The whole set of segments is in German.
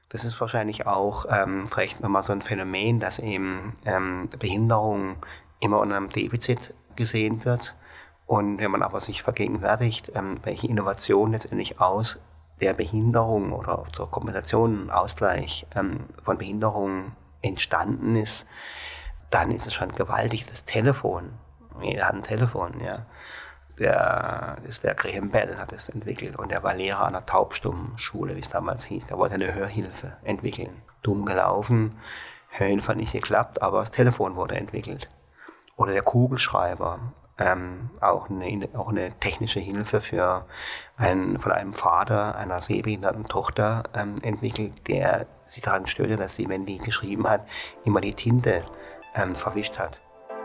Das ist wahrscheinlich auch vielleicht nochmal so ein Phänomen, dass eben Behinderung immer unter einem Defizit gesehen wird. Und wenn man aber sich vergegenwärtigt, welche Innovation letztendlich aus der Behinderung oder zur Kompensation, Ausgleich von Behinderung entstanden ist, dann ist es schon gewaltig. Das Telefon, jeder hat ein Telefon, ja. Der Graham Bell hat es entwickelt und der war Lehrer an der Taubstummenschule, wie es damals hieß. Der wollte eine Hörhilfe entwickeln. Dumm gelaufen, Hörhilfe hat nicht geklappt, aber das Telefon wurde entwickelt. Oder der Kugelschreiber, auch eine technische Hilfe von einem Vater einer sehbehinderten Tochter entwickelt, der sich daran störte, dass sie, wenn die geschrieben hat, immer die Tinte verwischt hat.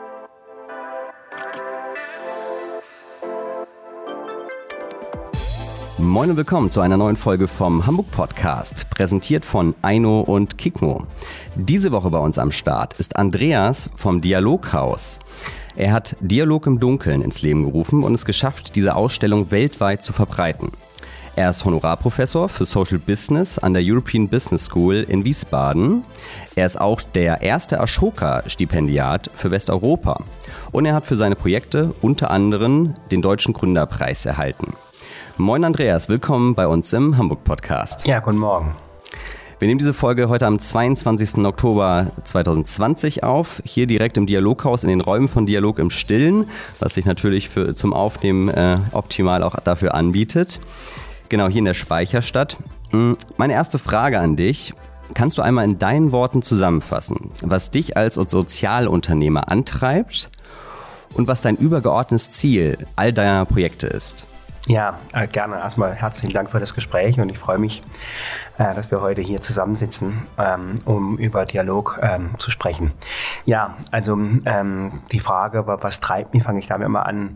Moin und willkommen zu einer neuen Folge vom Hamburg Podcast, präsentiert von Aino und Kikmo. Diese Woche bei uns am Start ist Andreas vom Dialoghaus. Er hat Dialog im Dunkeln ins Leben gerufen und es geschafft, diese Ausstellung weltweit zu verbreiten. Er ist Honorarprofessor für Social Business an der European Business School in Wiesbaden. Er ist auch der erste Ashoka-Stipendiat für Westeuropa. Und er hat für seine Projekte unter anderem den Deutschen Gründerpreis erhalten. Moin Andreas, willkommen bei uns im Hamburg Podcast. Ja, guten Morgen. Wir nehmen diese Folge heute am 22. Oktober 2020 auf, hier direkt im Dialoghaus in den Räumen von Dialog im Stillen, was sich natürlich zum Aufnehmen optimal auch dafür anbietet. Genau, hier in der Speicherstadt. Meine erste Frage an dich: Kannst du einmal in deinen Worten zusammenfassen, was dich als Sozialunternehmer antreibt und was dein übergeordnetes Ziel all deiner Projekte ist? Ja, gerne. Erstmal herzlichen Dank für das Gespräch und ich freue mich, dass wir heute hier zusammensitzen, um über Dialog zu sprechen. Ja, also die Frage, was treibt mich, fange ich damit mal an,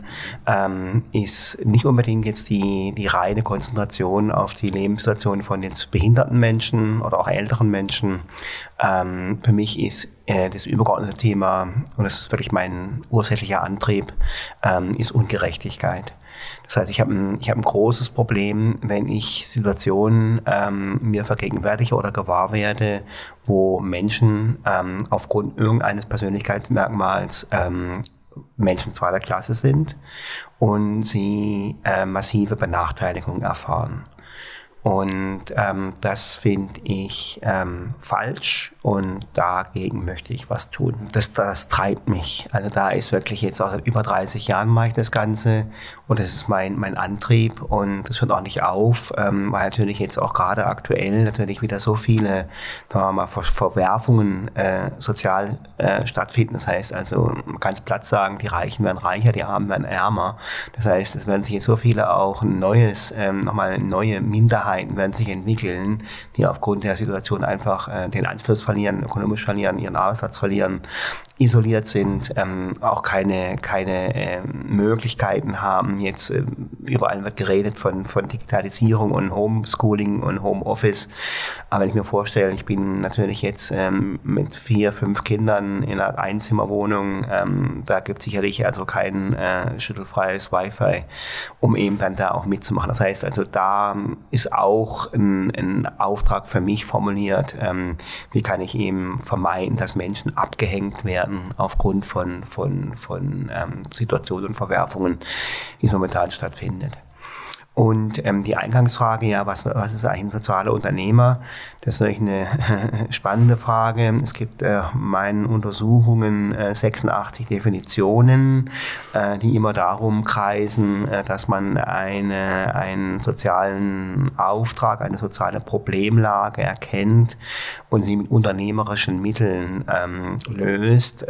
ist nicht unbedingt jetzt die reine Konzentration auf die Lebenssituation von jetzt behinderten Menschen oder auch älteren Menschen. Für mich ist das übergeordnete Thema, und das ist wirklich mein ursächlicher Antrieb, ist Ungerechtigkeit. Das heißt, ich habe ein großes Problem, wenn ich Situationen mir vergegenwärtige oder gewahr werde, wo Menschen aufgrund irgendeines Persönlichkeitsmerkmals Menschen zweiter Klasse sind und sie massive Benachteiligung erfahren. Und das finde ich falsch und dagegen möchte ich was tun. Das treibt mich. Also da ist wirklich jetzt auch seit über 30 Jahren mache ich das Ganze und das ist mein Antrieb und das hört auch nicht auf, weil natürlich jetzt auch gerade aktuell natürlich wieder so viele Verwerfungen sozial stattfinden. Das heißt also, man kann es platt sagen, die Reichen werden reicher, die Armen werden ärmer. Das heißt, es werden sich jetzt so viele auch nochmal neue Minderheiten werden sich entwickeln, die aufgrund der Situation einfach den Anschluss verlieren, ökonomisch verlieren, ihren Arbeitsplatz verlieren, isoliert sind, auch keine Möglichkeiten haben. Jetzt überall wird geredet von Digitalisierung und Homeschooling und Homeoffice. Aber wenn ich mir vorstelle, ich bin natürlich jetzt mit 4, 5 Kindern in einer Einzimmerwohnung, da gibt es sicherlich also kein schüttelfreies Wi-Fi, um eben dann da auch mitzumachen. Das heißt also, da ist auch ein Auftrag für mich formuliert, wie kann ich eben vermeiden, dass Menschen abgehängt werden aufgrund von Situationen und Verwerfungen, wie es momentan stattfindet. Und die Eingangsfrage, ja, was ist eigentlich ein sozialer Unternehmer? Das ist natürlich eine spannende Frage. Es gibt meinen Untersuchungen 86 Definitionen, die immer darum kreisen, dass man einen sozialen Auftrag, eine soziale Problemlage erkennt und sie mit unternehmerischen Mitteln löst.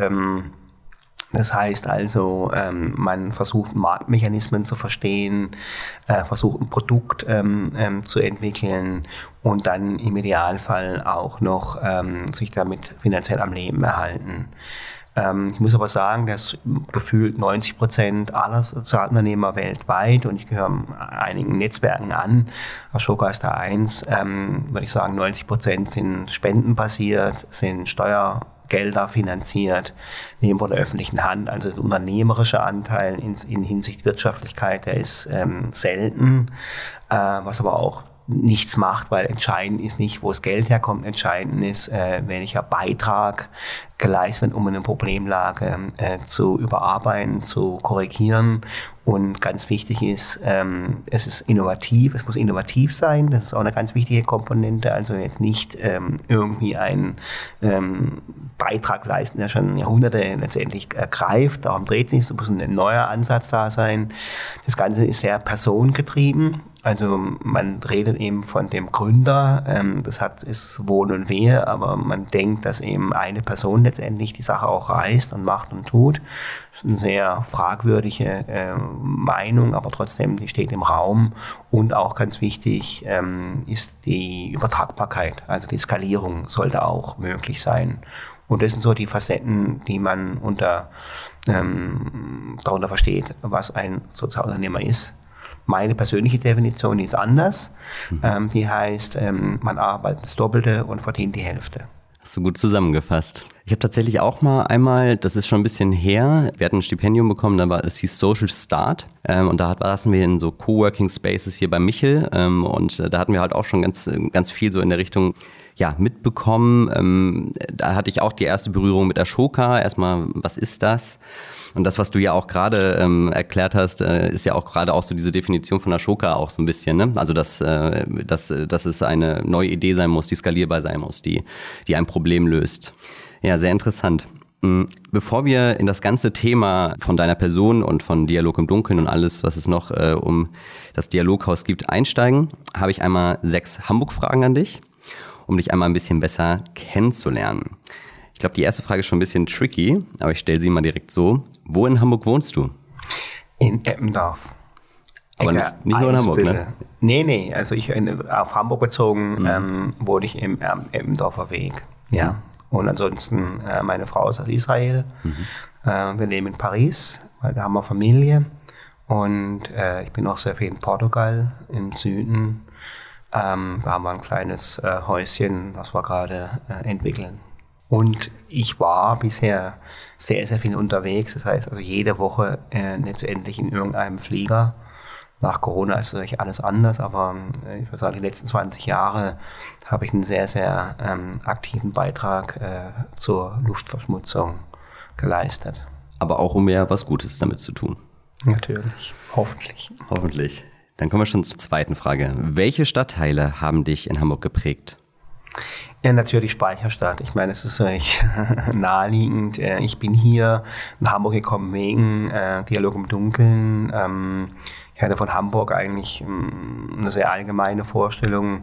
Das heißt also, man versucht Marktmechanismen zu verstehen, versucht ein Produkt zu entwickeln und dann im Idealfall auch noch sich damit finanziell am Leben erhalten. Ich muss aber sagen, dass gefühlt 90% aller Sozialunternehmer weltweit, und ich gehöre einigen Netzwerken an, Ashoka ist da eins, würde ich sagen, 90% sind spendenbasiert, sind Steuergelder finanziert, nehmen von der öffentlichen Hand. Also der unternehmerische Anteil in Hinsicht Wirtschaftlichkeit, der ist selten, was aber auch nichts macht, weil entscheidend ist nicht, wo das Geld herkommt, entscheidend ist, welcher Beitrag geleistet wird, um eine Problemlage zu überarbeiten, zu korrigieren. Und ganz wichtig ist, es ist innovativ, es muss innovativ sein, das ist auch eine ganz wichtige Komponente, also jetzt nicht irgendwie einen Beitrag leisten, der schon Jahrhunderte letztendlich greift, darum dreht sich, es muss ein neuer Ansatz da sein. Das Ganze ist sehr personengetrieben. Also man redet eben von dem Gründer, ist Wohl und Wehe, aber man denkt, dass eben eine Person letztendlich die Sache auch reißt und macht und tut. Das ist eine sehr fragwürdige Meinung, aber trotzdem, die steht im Raum. Und auch ganz wichtig ist die Übertragbarkeit, also die Skalierung sollte auch möglich sein. Und das sind so die Facetten, die man darunter versteht, was ein Sozialunternehmer ist. Meine persönliche Definition die ist anders. Die heißt, man arbeitet das Doppelte und verdient die Hälfte. Hast du gut zusammengefasst. Ich habe tatsächlich auch mal einmal, das ist schon ein bisschen her, wir hatten ein Stipendium bekommen, es hieß Social Start und da saßen wir in so Coworking Spaces hier bei Michel und da hatten wir halt auch schon ganz viel so in der Richtung mitbekommen. Da hatte ich auch die erste Berührung mit Ashoka. Erstmal, was ist das? Und das, was du ja auch gerade erklärt hast, ist ja auch gerade auch so diese Definition von Ashoka auch so ein bisschen, ne? Also, dass es eine neue Idee sein muss, die skalierbar sein muss, die ein Problem löst. Ja, sehr interessant. Bevor wir in das ganze Thema von deiner Person und von Dialog im Dunkeln und alles, was es noch um das Dialoghaus gibt, einsteigen, habe ich einmal 6 Hamburg-Fragen an dich, um dich einmal ein bisschen besser kennenzulernen. Ich glaube, die erste Frage ist schon ein bisschen tricky, aber ich stelle sie mal direkt so. Wo in Hamburg wohnst du? In Eppendorf. Aber nicht nur in Hamburg, ne? Nee, also auf Hamburg bezogen wohne ich im Eppendorfer Weg. Ja. Und ansonsten, meine Frau ist aus Israel. Wir leben in Paris, weil da haben wir Familie. Und ich bin auch sehr viel in Portugal, im Süden. Da haben wir ein kleines Häuschen, was wir gerade entwickeln. Und ich war bisher sehr, sehr viel unterwegs. Das heißt, also jede Woche letztendlich in irgendeinem Flieger. Nach Corona ist natürlich alles anders, aber ich würde sagen, die letzten 20 Jahre habe ich einen sehr, sehr aktiven Beitrag zur Luftverschmutzung geleistet. Aber auch um ja was Gutes damit zu tun. Natürlich, hoffentlich. Hoffentlich. Dann kommen wir schon zur zweiten Frage. Welche Stadtteile haben dich in Hamburg geprägt? Ja, natürlich Speicherstadt. Ich meine, es ist wirklich naheliegend. Ich bin hier nach Hamburg gekommen wegen Dialog im Dunkeln. Ich hatte von Hamburg eigentlich eine sehr allgemeine Vorstellung.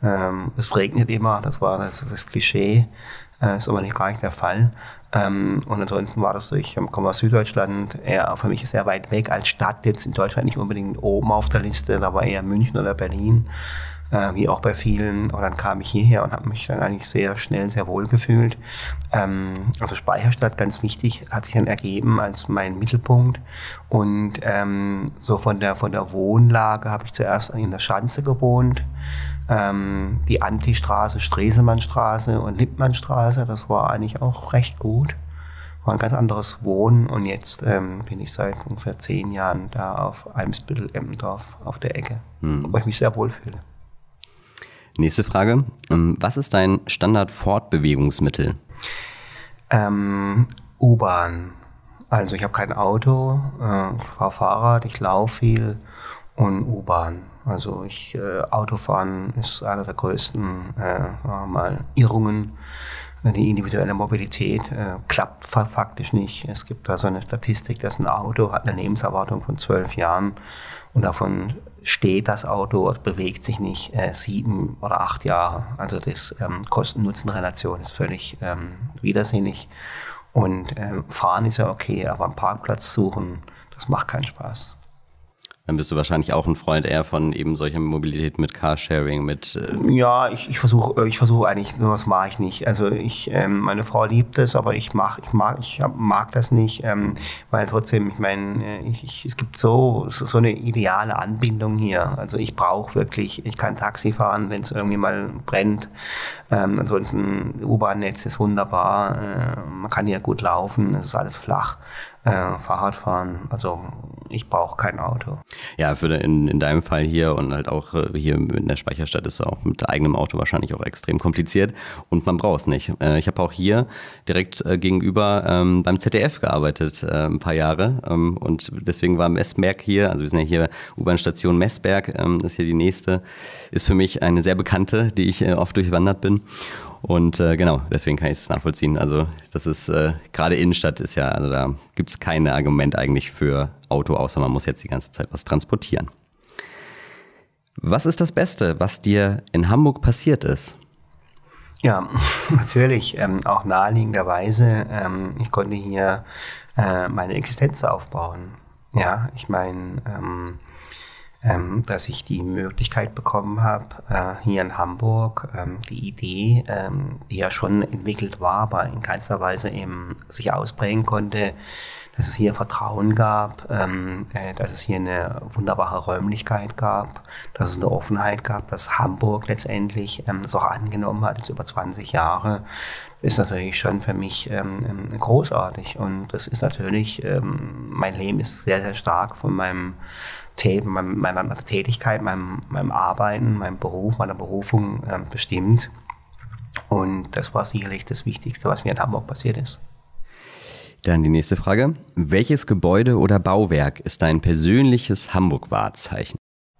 Es regnet immer, das war das Klischee. Ist aber nicht gar nicht der Fall. Und ansonsten war das ich komme aus Süddeutschland, eher für mich sehr weit weg als Stadt, jetzt in Deutschland nicht unbedingt oben auf der Liste, da war eher München oder Berlin, wie auch bei vielen. Und dann kam ich hierher und habe mich dann eigentlich sehr schnell sehr wohl gefühlt. Also Speicherstadt, ganz wichtig, hat sich dann ergeben als mein Mittelpunkt. Und so von der Wohnlage habe ich zuerst in der Schanze gewohnt. Die Antistraße, Stresemannstraße und Lippmannstraße, das war eigentlich auch recht gut. War ein ganz anderes Wohnen und jetzt bin ich seit ungefähr 10 Jahren da auf Eimsbüttel, Eppendorf auf der Ecke, wo ich mich sehr wohlfühle. Nächste Frage. Was ist dein Standard-Fortbewegungsmittel? U-Bahn. Also ich habe kein Auto, ich fahre Fahrrad, ich laufe viel und U-Bahn. Also Autofahren ist einer der größten Irrungen. Die individuelle Mobilität klappt faktisch nicht. Es gibt da so eine Statistik, dass ein Auto hat eine Lebenserwartung von 12 Jahren und davon steht das Auto, bewegt sich nicht 7 oder 8 Jahre. Also das Kosten-Nutzen-Relation ist völlig widersinnig. Und fahren ist ja okay, aber einen Parkplatz suchen, das macht keinen Spaß. Dann bist du wahrscheinlich auch ein Freund eher von eben solcher Mobilität mit Carsharing, mit... Ja, ich versuche eigentlich, sowas mache ich nicht. Also meine Frau liebt es, aber ich mag das nicht, weil trotzdem, ich meine, es gibt so eine ideale Anbindung hier. Also ich kann Taxi fahren, wenn es irgendwie mal brennt. Ansonsten U-Bahn-Netz ist wunderbar, man kann hier gut laufen, es ist alles flach. Fahrradfahren. Also ich brauche kein Auto. Ja, in deinem Fall hier und halt auch hier in der Speicherstadt ist es auch mit eigenem Auto wahrscheinlich auch extrem kompliziert und man braucht es nicht. Ich habe auch hier direkt gegenüber beim ZDF gearbeitet ein paar Jahre und deswegen war Messberg hier, also wir sind ja hier U-Bahn-Station Messberg, ist hier die nächste, ist für mich eine sehr bekannte, die ich oft durchwandert bin. Und genau, deswegen kann ich es nachvollziehen. Also das ist, gerade Innenstadt ist ja, also da gibt es kein Argument eigentlich für Auto, außer man muss jetzt die ganze Zeit was transportieren. Was ist das Beste, was dir in Hamburg passiert ist? Ja, natürlich, auch naheliegenderweise, ich konnte hier meine Existenz aufbauen. Ja, ich meine, dass ich die Möglichkeit bekommen habe, hier in Hamburg die Idee, die ja schon entwickelt war, aber in keinster Weise eben sich ausprägen konnte, dass es hier Vertrauen gab, dass es hier eine wunderbare Räumlichkeit gab, dass es eine Offenheit gab, dass Hamburg letztendlich es auch angenommen hat, jetzt über 20 Jahre, ist natürlich schon für mich großartig. Und das ist natürlich, mein Leben ist sehr, sehr stark von meiner Tätigkeit, meinem Arbeiten, meinem Beruf, meiner Berufung bestimmt. Und das war sicherlich das Wichtigste, was mir in Hamburg passiert ist. Dann die nächste Frage. Welches Gebäude oder Bauwerk ist dein persönliches Hamburg-Wahrzeichen?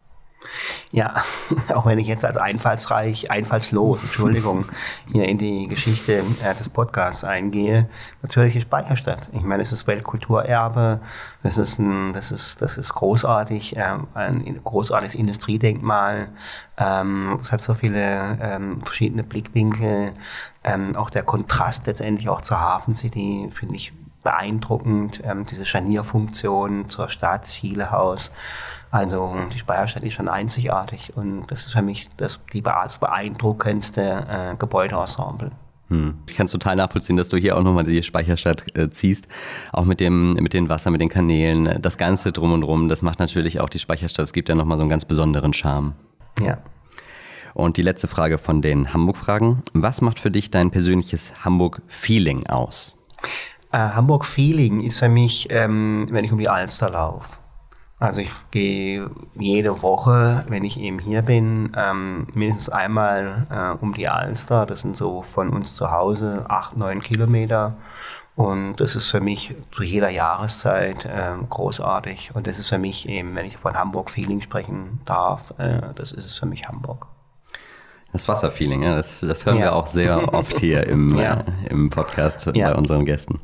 Ja, auch wenn ich jetzt als einfallslos, hier in die Geschichte des Podcasts eingehe, natürlich die Speicherstadt. Ich meine, es ist Weltkulturerbe, das ist großartig, ein großartiges Industriedenkmal, es hat so viele verschiedene Blickwinkel, auch der Kontrast letztendlich auch zur Hafen City finde ich beeindruckend, diese Scharnierfunktion zur Stadt, Thielehaus. Also die Speicherstadt ist schon einzigartig und das ist für mich das beeindruckendste Gebäudeensemble. Ich kann es total nachvollziehen, dass du hier auch nochmal die Speicherstadt ziehst, auch mit dem Wasser, mit den Kanälen, das Ganze drum und rum, das macht natürlich auch die Speicherstadt, es gibt ja nochmal so einen ganz besonderen Charme. Ja. Und die letzte Frage von den Hamburg-Fragen, was macht für dich dein persönliches Hamburg-Feeling aus? Hamburg-Feeling ist für mich, wenn ich um die Alster laufe. Also ich gehe jede Woche, wenn ich eben hier bin, mindestens einmal um die Alster. Das sind so von uns zu Hause 8-9 Kilometer. Und das ist für mich zu jeder Jahreszeit großartig. Und das ist für mich eben, wenn ich von Hamburg-Feeling sprechen darf, das ist es für mich Hamburg. Das Wasserfeeling, ja, das hören wir auch sehr oft hier im Podcast bei unseren Gästen.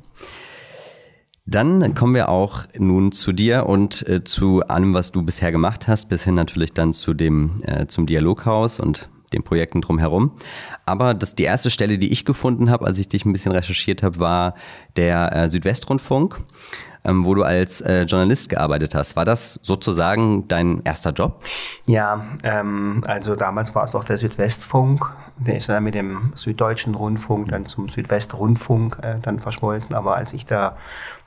Dann kommen wir auch nun zu dir und zu allem, was du bisher gemacht hast, bis hin natürlich dann zum Dialoghaus und den Projekten drumherum. Aber die erste Stelle, die ich gefunden habe, als ich dich ein bisschen recherchiert habe, war der Südwestrundfunk, wo du als Journalist gearbeitet hast. War das sozusagen dein erster Job? Ja, also damals war es noch der Südwestfunk. Der ist dann mit dem Süddeutschen Rundfunk dann zum Südwestrundfunk dann verschmolzen. Aber als ich da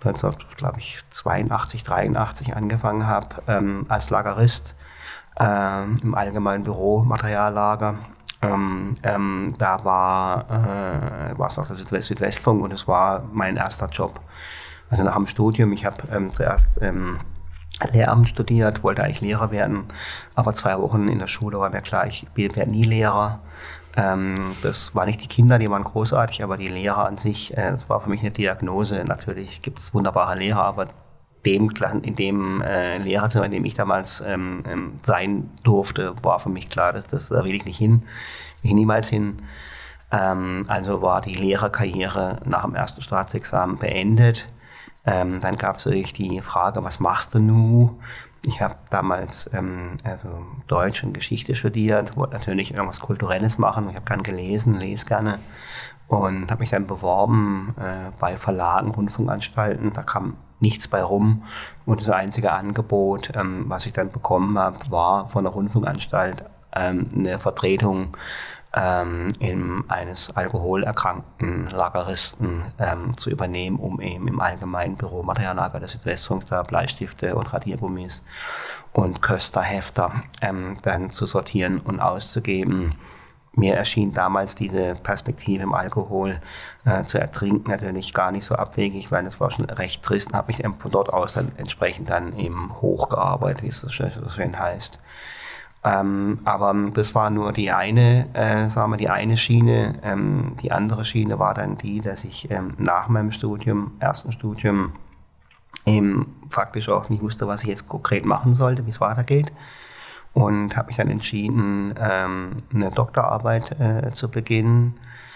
1982, 83 angefangen habe als Lagerist im allgemeinen Büro, Materiallager, da war es noch der Südwestfunk und es war mein erster Job. Also nach dem Studium, ich habe zuerst Lehramt studiert, wollte eigentlich Lehrer werden, aber 2 Wochen in der Schule war mir klar, ich werde nie Lehrer. Das waren nicht die Kinder, die waren großartig, aber die Lehrer an sich, das war für mich eine Diagnose. Natürlich gibt es wunderbare Lehrer, aber in dem Lehrerzimmer, in dem ich damals sein durfte, war für mich klar, da will ich nicht hin, will ich niemals hin. Also war die Lehrerkarriere nach dem ersten Staatsexamen beendet. Dann gab es natürlich die Frage, was machst du nun? Ich habe damals Deutsch und Geschichte studiert, wollte natürlich irgendwas Kulturelles machen. Ich habe gern gelesen, lese gerne und habe mich dann beworben bei Verlagen, Rundfunkanstalten. Da kam nichts bei rum und das einzige Angebot, was ich dann bekommen habe, war von der Rundfunkanstalt eine Vertretung eines alkoholerkrankten Lageristen zu übernehmen, um eben im allgemeinen Büro Materiallager des Südwestfunks da Bleistifte und Radiergummis und Kösterhefter dann zu sortieren und auszugeben. mir erschien damals diese Perspektive im Alkohol zu ertrinken natürlich gar nicht so abwegig, weil das war schon recht trist und habe mich von dort aus dann entsprechend dann eben hochgearbeitet, wie es so schön heißt. Aber das war nur die eine, sagen wir, die eine Schiene. Die andere Schiene war dann die, dass ich nach meinem ersten Studium, eben faktisch auch nicht wusste, was ich jetzt konkret machen sollte, wie es weitergeht. Und habe mich dann entschieden, eine Doktorarbeit zu beginnen.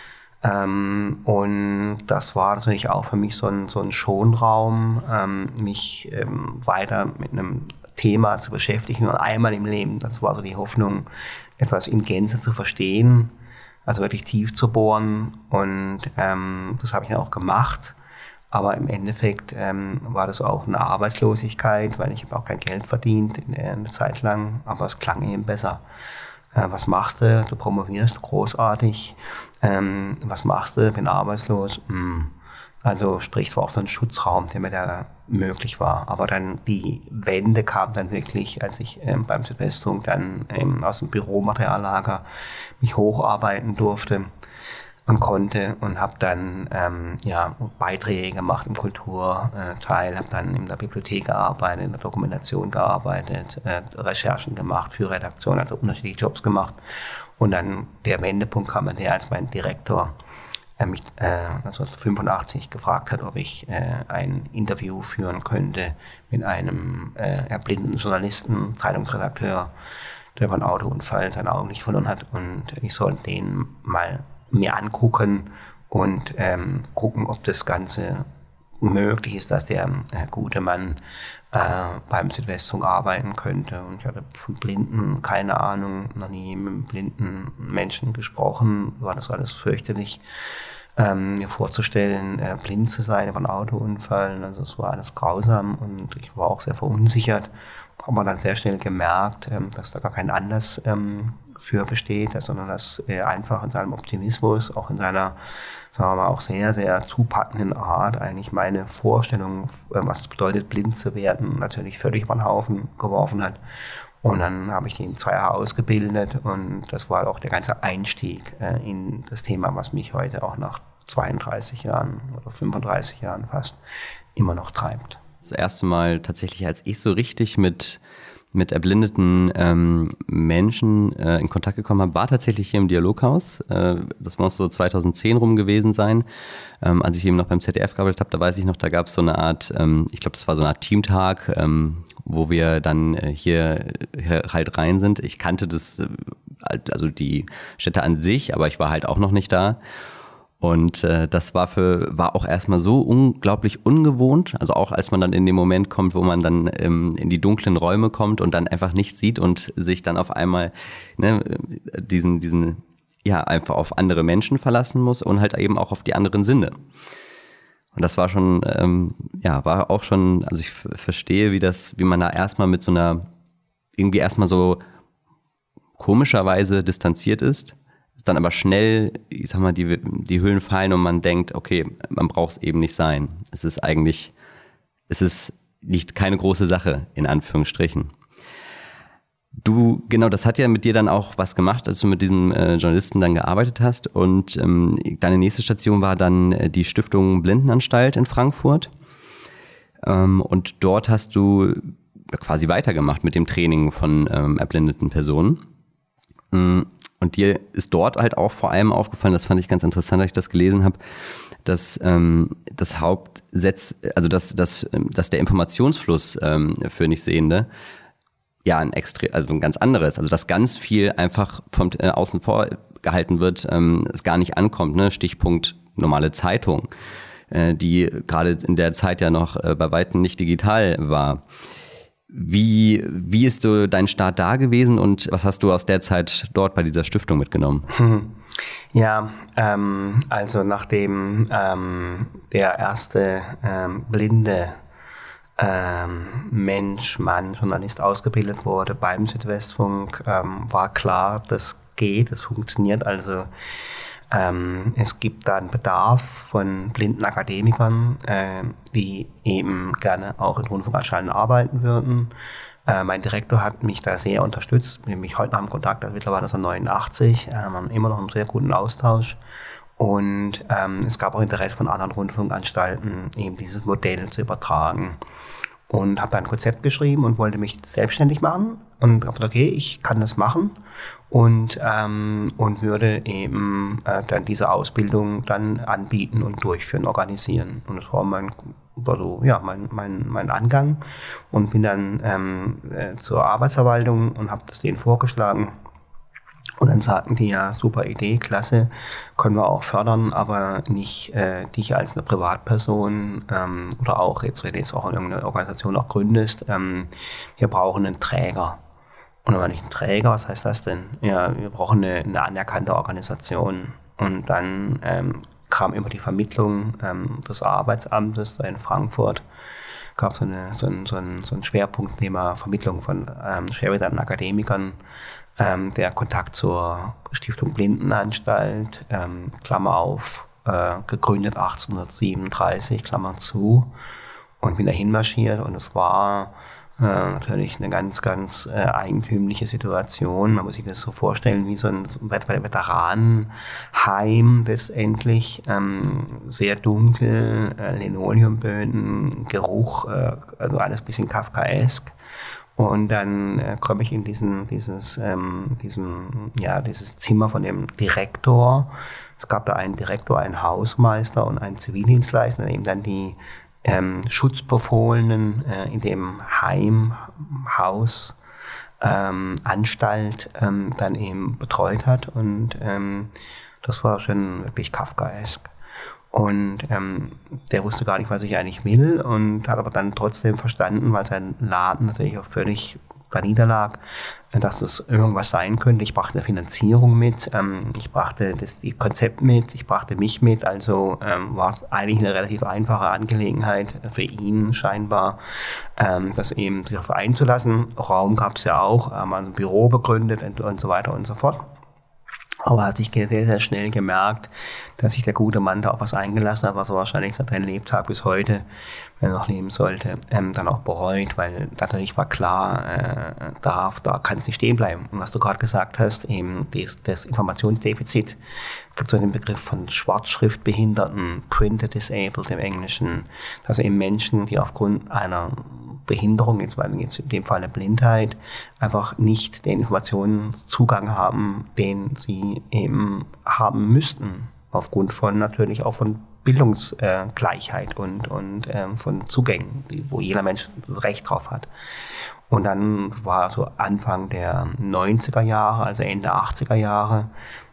Und das war natürlich auch für mich so ein Schonraum, mich weiter mit einem Thema zu beschäftigen und einmal im Leben. Das war so die Hoffnung, etwas in Gänze zu verstehen, also wirklich tief zu bohren. Und das habe ich dann auch gemacht. Aber im Endeffekt war das auch eine Arbeitslosigkeit, weil ich habe auch kein Geld verdient eine Zeit lang, aber es klang eben besser. Was machst du? Du promovierst, großartig. Was machst du? Bin arbeitslos. Also sprich, es war auch so ein Schutzraum, der mir da möglich war. Aber dann die Wende kam dann wirklich, als ich beim Südwestfunk dann aus dem Büromateriallager mich hocharbeiten durfte und konnte und habe dann Beiträge gemacht im Kulturteil, habe dann in der Bibliothek gearbeitet, in der Dokumentation gearbeitet, Recherchen gemacht für Redaktion, also unterschiedliche Jobs gemacht. Und dann der Wendepunkt kam dann als mein Direktor mich 1985 gefragt hat, ob ich ein Interview führen könnte mit einem blinden Journalisten, Zeitungsredakteur, der beim Autounfall seine Augen nicht verloren hat, und ich sollte den mal mir angucken und gucken, ob das Ganze möglich ist, dass der gute Mann beim Südwestfunk arbeiten könnte. Und ich hatte von Blinden keine Ahnung, noch nie mit einem blinden Menschen gesprochen, war das alles fürchterlich. Mir vorzustellen, blind zu sein über einen Autounfall, also es war alles grausam und ich war auch sehr verunsichert. Habe dann sehr schnell gemerkt, dass da gar kein Anlass für besteht, sondern dass er einfach in seinem Optimismus, auch in seiner, sagen wir mal, auch sehr, sehr zupackenden Art eigentlich meine Vorstellung, was es bedeutet, blind zu werden, natürlich völlig über den Haufen geworfen hat. Und dann habe ich ihn 2 Jahre ausgebildet und das war auch der ganze Einstieg in das Thema, was mich heute auch nach 32 Jahren oder 35 Jahren fast immer noch treibt. Das erste Mal tatsächlich, als ich so richtig mit erblindeten Menschen in Kontakt gekommen habe, war tatsächlich hier im Dialoghaus. Das muss so 2010 rum gewesen sein. Als ich eben noch beim ZDF gearbeitet habe, da weiß ich noch, da gab es so eine Art, ich glaube, das war so eine Art Teamtag, wo wir dann hier halt rein sind. Ich kannte das, also die Städte an sich, aber ich war halt auch noch nicht da. Und das war auch erstmal so unglaublich ungewohnt, also auch als man dann in den Moment kommt, wo man dann in die dunklen Räume kommt und dann einfach nichts sieht und sich dann auf einmal diesen einfach auf andere Menschen verlassen muss und halt eben auch auf die anderen Sinne. Und das war schon, war auch schon, also ich verstehe, wie man da erstmal mit so einer, irgendwie erstmal so komischerweise distanziert ist. Dann aber schnell, ich sag mal, die Hüllen fallen und man denkt, okay, man braucht es eben nicht sein. Es ist nicht keine große Sache, in Anführungsstrichen. Das hat ja mit dir dann auch was gemacht, als du mit diesem Journalisten dann gearbeitet hast. Und deine nächste Station war dann die Stiftung Blindenanstalt in Frankfurt. Und dort hast du quasi weitergemacht mit dem Training von erblindeten Personen. Und dir ist dort halt auch vor allem aufgefallen, das fand ich ganz interessant, als ich das gelesen habe, dass dass der Informationsfluss für Nichtsehende ja ein ganz anderes, also dass ganz viel einfach vom außen vor gehalten wird, es gar nicht ankommt, ne? Stichpunkt normale Zeitung, die gerade in der Zeit ja noch bei weitem nicht digital war. Wie ist so dein Start da gewesen und was hast du aus der Zeit dort bei dieser Stiftung mitgenommen? Ja, also nachdem der erste blinde Mann, Journalist ausgebildet wurde beim Südwestfunk, war klar, das geht, das funktioniert. Also es gibt da einen Bedarf von blinden Akademikern, die eben gerne auch in Rundfunkanstalten arbeiten würden. Mein Direktor hat mich da sehr unterstützt, mit dem ich heute noch im Kontakt, also mittlerweile ist er 89, wir haben immer noch einen sehr guten Austausch. Und es gab auch Interesse von anderen Rundfunkanstalten, eben dieses Modell zu übertragen. Und habe dann ein Konzept geschrieben und wollte mich selbstständig machen. Und habe gesagt, okay, ich kann das machen. Und würde eben dann diese Ausbildung dann anbieten und durchführen, organisieren. Und das war mein Angang. Und bin dann zur Arbeitsverwaltung und habe das denen vorgeschlagen. Und dann sagten die, ja, super Idee, klasse, können wir auch fördern, aber nicht dich als eine Privatperson oder auch jetzt, wenn du jetzt auch irgendeine Organisation auch gründest, wir brauchen einen Träger. Und dann war ich ein Träger, was heißt das denn? Ja, wir brauchen eine anerkannte Organisation. Und dann kam über die Vermittlung des Arbeitsamtes da in Frankfurt, gab es so ein Schwerpunktthema Vermittlung von schwerbehinderten Akademikern, der Kontakt zur Stiftung Blindenanstalt, Klammer auf, gegründet 1837, Klammer zu, und bin dahin marschiert und es war natürlich eine ganz, ganz eigentümliche Situation. Man muss sich das so vorstellen wie so ein Veteranenheim letztendlich, sehr dunkel, Linoleumböden, Geruch, also alles ein bisschen kafkaesk. Und dann komme ich in dieses Zimmer von dem Direktor. Es gab da einen Direktor, einen Hausmeister und einen Zivildienstleister, der eben dann die Schutzbefohlenen in dem Heim, Haus, Anstalt dann eben betreut hat. Und das war schon wirklich kafkaesk. Und der wusste gar nicht, was ich eigentlich will, und hat aber dann trotzdem verstanden, weil sein Laden natürlich auch völlig da niederlag, dass es irgendwas sein könnte. Ich brachte eine Finanzierung mit, ich brachte das Konzept mit, ich brachte mich mit, also war es eigentlich eine relativ einfache Angelegenheit für ihn scheinbar, das eben sich darauf einzulassen. Raum gab es ja auch, haben ein Büro begründet und so weiter und so fort. Aber hat sich sehr, sehr schnell gemerkt, dass sich der gute Mann da auf was eingelassen hat, was er wahrscheinlich seit seinem Lebtag bis heute, wenn er noch leben sollte, dann auch bereut, weil natürlich war klar, da kann es nicht stehen bleiben. Und was du gerade gesagt hast, eben das Informationsdefizit, es gibt so einen Begriff von Schwarzschriftbehinderten, Printer Disabled im Englischen, dass eben Menschen, die aufgrund einer Behinderung, jetzt in dem Fall eine Blindheit, einfach nicht den Informationszugang haben, den sie eben haben müssten, aufgrund von natürlich auch von Bildungsgleichheit und von Zugängen, wo jeder Mensch das Recht drauf hat. Und dann war so Anfang der 90er Jahre, also Ende 80er Jahre,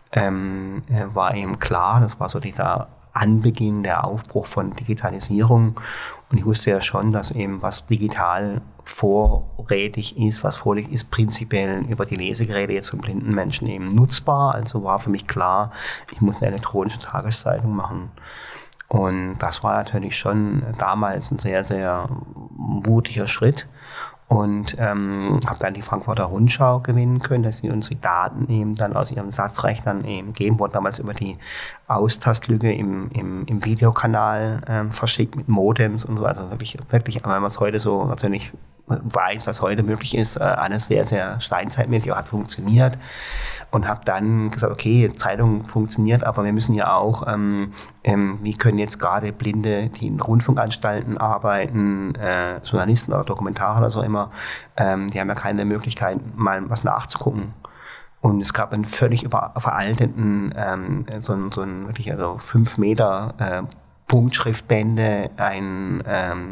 war eben klar, das war so dieser Anbeginn, der Aufbruch von Digitalisierung. Und ich wusste ja schon, dass eben was digital vorrätig ist, was vorliegt, ist prinzipiell über die Lesegeräte jetzt von blinden Menschen eben nutzbar. Also war für mich klar, ich muss eine elektronische Tageszeitung machen. Und das war natürlich schon damals ein sehr, sehr mutiger Schritt. Und habe dann die Frankfurter Rundschau gewinnen können, dass sie uns die Daten eben dann aus ihren Satzrechnern eben geben, wurden damals über die Austastlücke im Videokanal verschickt mit Modems und so. Also wirklich, wenn man es heute so natürlich weiß, was heute möglich ist, alles sehr, sehr steinzeitmäßig, auch hat funktioniert. Und habe dann gesagt, okay, Zeitung funktioniert, aber wir müssen ja auch, wie können jetzt gerade Blinde, die in Rundfunkanstalten arbeiten, Journalisten oder Dokumentare oder so immer, die haben ja keine Möglichkeit, mal was nachzugucken. Und es gab einen völlig veralteten, so ein wirklich, also 5 Meter Punktschriftbände, ein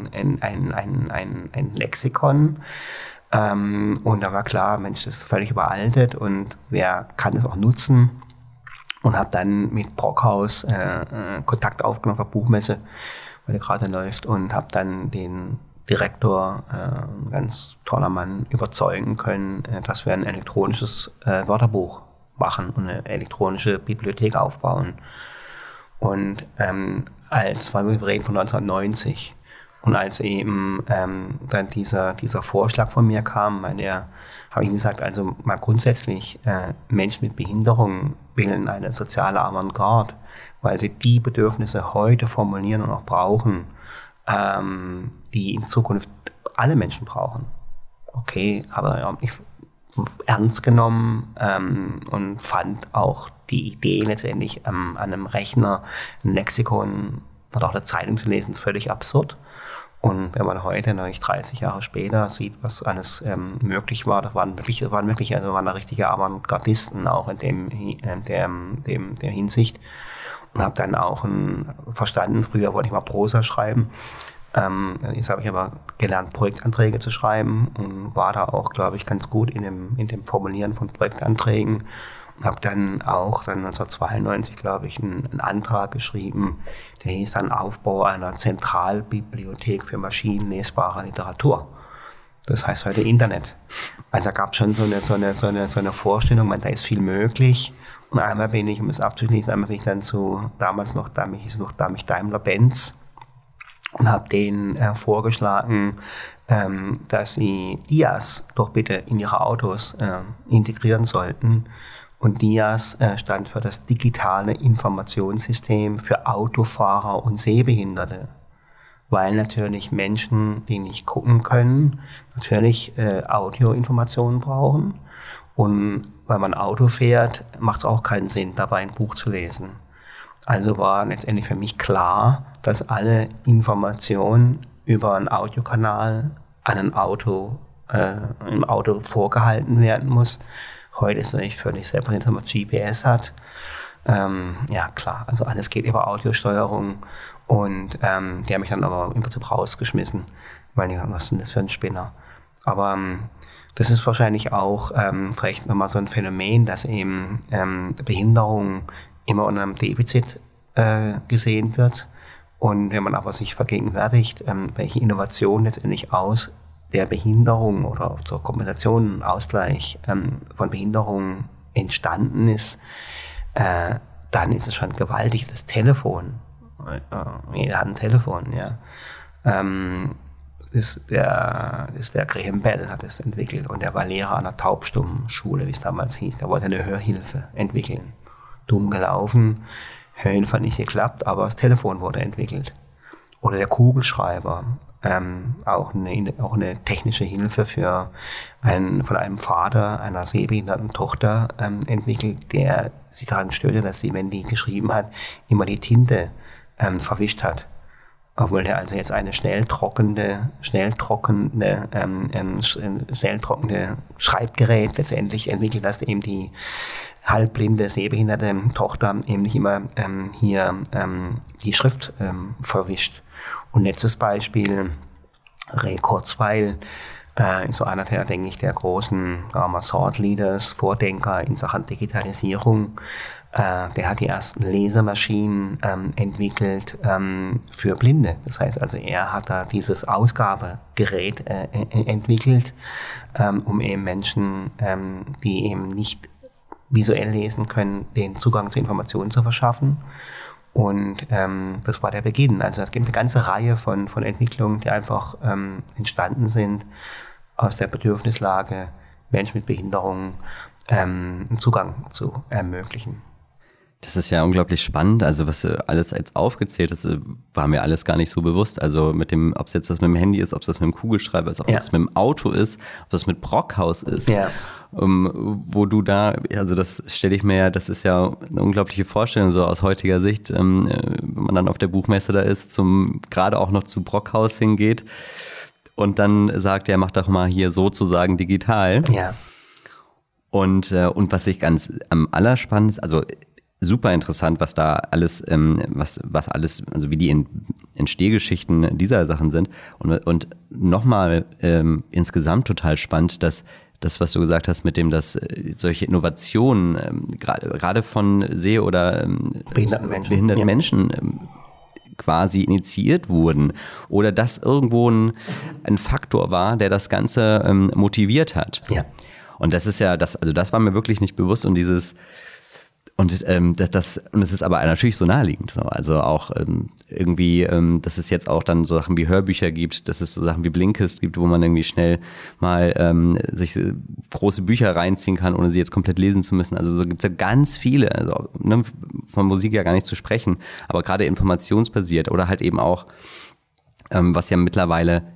Lexikon. Und da war klar, Mensch, das ist völlig überaltet und wer kann es auch nutzen? Und habe dann mit Brockhaus Kontakt aufgenommen auf der Buchmesse, weil der gerade läuft, und habe dann den Direktor, ein ganz toller Mann, überzeugen können, dass wir ein elektronisches Wörterbuch machen und eine elektronische Bibliothek aufbauen. Und wir reden von 1990, und als eben dann dieser Vorschlag von mir kam, habe ich gesagt, also mal grundsätzlich, Menschen mit Behinderung bilden eine soziale Avantgarde, weil sie die Bedürfnisse heute formulieren und auch brauchen, die in Zukunft alle Menschen brauchen. okay, aber ja, nicht ernst genommen und fand auch die Idee letztendlich an einem Rechner, ein Lexikon oder auch eine Zeitung zu lesen, völlig absurd. Und wenn man heute, 30 Jahre später, sieht, was alles möglich war, das waren da richtige Avantgardisten auch in der Hinsicht. Und habe dann auch verstanden, früher wollte ich mal Prosa schreiben. Jetzt habe ich aber gelernt, Projektanträge zu schreiben und war da auch, glaube ich, ganz gut in dem Formulieren von Projektanträgen. Und habe dann auch 1992, glaube ich, einen Antrag geschrieben, der hieß dann Aufbau einer Zentralbibliothek für maschinenlesbare Literatur. Das heißt heute Internet. Also da gab es schon so eine Vorstellung, da ist viel möglich. Und einmal bin ich, um es abzuschließen, dann damals hieß es noch Daimler-Benz, und habe denen vorgeschlagen, dass sie DIAS doch bitte in ihre Autos integrieren sollten. Und DIAS stand für das digitale Informationssystem für Autofahrer und Sehbehinderte. Weil natürlich Menschen, die nicht gucken können, natürlich Audioinformationen brauchen. Und weil man Auto fährt, macht es auch keinen Sinn, dabei ein Buch zu lesen. Also war letztendlich für mich klar, dass alle Informationen über einen Audiokanal an ein Auto, im Auto vorgehalten werden muss. Heute ist es natürlich völlig selbstverständlich, dass man GPS hat. Ja klar, also alles geht über Audiosteuerung. Und die haben mich dann aber im Prinzip rausgeschmissen. Weil ich dachte, was ist denn das für ein Spinner? Aber das ist wahrscheinlich auch vielleicht nochmal so ein Phänomen, dass eben Behinderung immer unter einem Defizit gesehen wird. Und wenn man aber sich vergegenwärtigt, welche Innovation letztendlich aus der Behinderung oder zur Kompensation, Ausgleich von Behinderung entstanden ist, dann ist es schon gewaltig. Das Telefon, jeder hat ein Telefon, ja. Der Graham Bell hat es entwickelt und der war Lehrer an der Taubstummenschule, wie es damals hieß. Der wollte eine Hörhilfe entwickeln. Dumm gelaufen, Hörhilfe hat nicht geklappt, aber das Telefon wurde entwickelt. Oder der Kugelschreiber, auch eine technische Hilfe von einem Vater einer sehbehinderten Tochter entwickelt, der sich daran störte, dass sie, wenn die geschrieben hat, immer die Tinte verwischt hat. Obwohl der also jetzt eine schnelltrockende Schreibgerät letztendlich entwickelt, dass eben die halbblinde, sehbehinderte Tochter eben nicht immer die Schrift verwischt. Und letztes Beispiel, Ray Kurzweil ist so einer der, denke ich, der großen Thought Leaders, Vordenker in Sachen Digitalisierung. Der hat die ersten Lesemaschinen entwickelt für Blinde. Das heißt also, er hat da dieses Ausgabegerät entwickelt, um eben Menschen, die eben nicht visuell lesen können, den Zugang zu Informationen zu verschaffen. Und das war der Beginn. Also es gibt eine ganze Reihe von Entwicklungen, die einfach entstanden sind aus der Bedürfnislage, Menschen mit Behinderungen einen Zugang zu ermöglichen. Das ist ja unglaublich spannend. Also was du alles jetzt aufgezählt hast, war mir alles gar nicht so bewusst. Also mit dem, ob es jetzt das mit dem Handy ist, ob es das mit dem Kugelschreiber ist, ob das mit dem Auto ist, ob das mit Brockhaus ist. Ja. Wo du da, also das stelle ich mir ja, das ist ja eine unglaubliche Vorstellung so aus heutiger Sicht, wenn man dann auf der Buchmesse da ist, gerade auch noch zu Brockhaus hingeht und dann sagt, er macht doch mal hier sozusagen digital. Ja. Und was ich ganz am allerspannendsten, also super interessant, was da alles, was alles, also wie die Entstehgeschichten dieser Sachen sind. Und nochmal insgesamt total spannend, dass das, was du gesagt hast, mit dem, dass solche Innovationen gerade von Seh- oder behinderten Menschen quasi initiiert wurden oder dass irgendwo ein Faktor war, der das Ganze motiviert hat. Ja. Und das ist ja, das war mir wirklich nicht bewusst und dieses und es ist aber natürlich so naheliegend. So. Also auch irgendwie, dass es jetzt auch dann so Sachen wie Hörbücher gibt, dass es so Sachen wie Blinkist gibt, wo man irgendwie schnell mal sich große Bücher reinziehen kann, ohne sie jetzt komplett lesen zu müssen. Also so gibt es ja ganz viele, also von Musik ja gar nicht zu sprechen, aber gerade informationsbasiert oder halt eben auch, was ja mittlerweile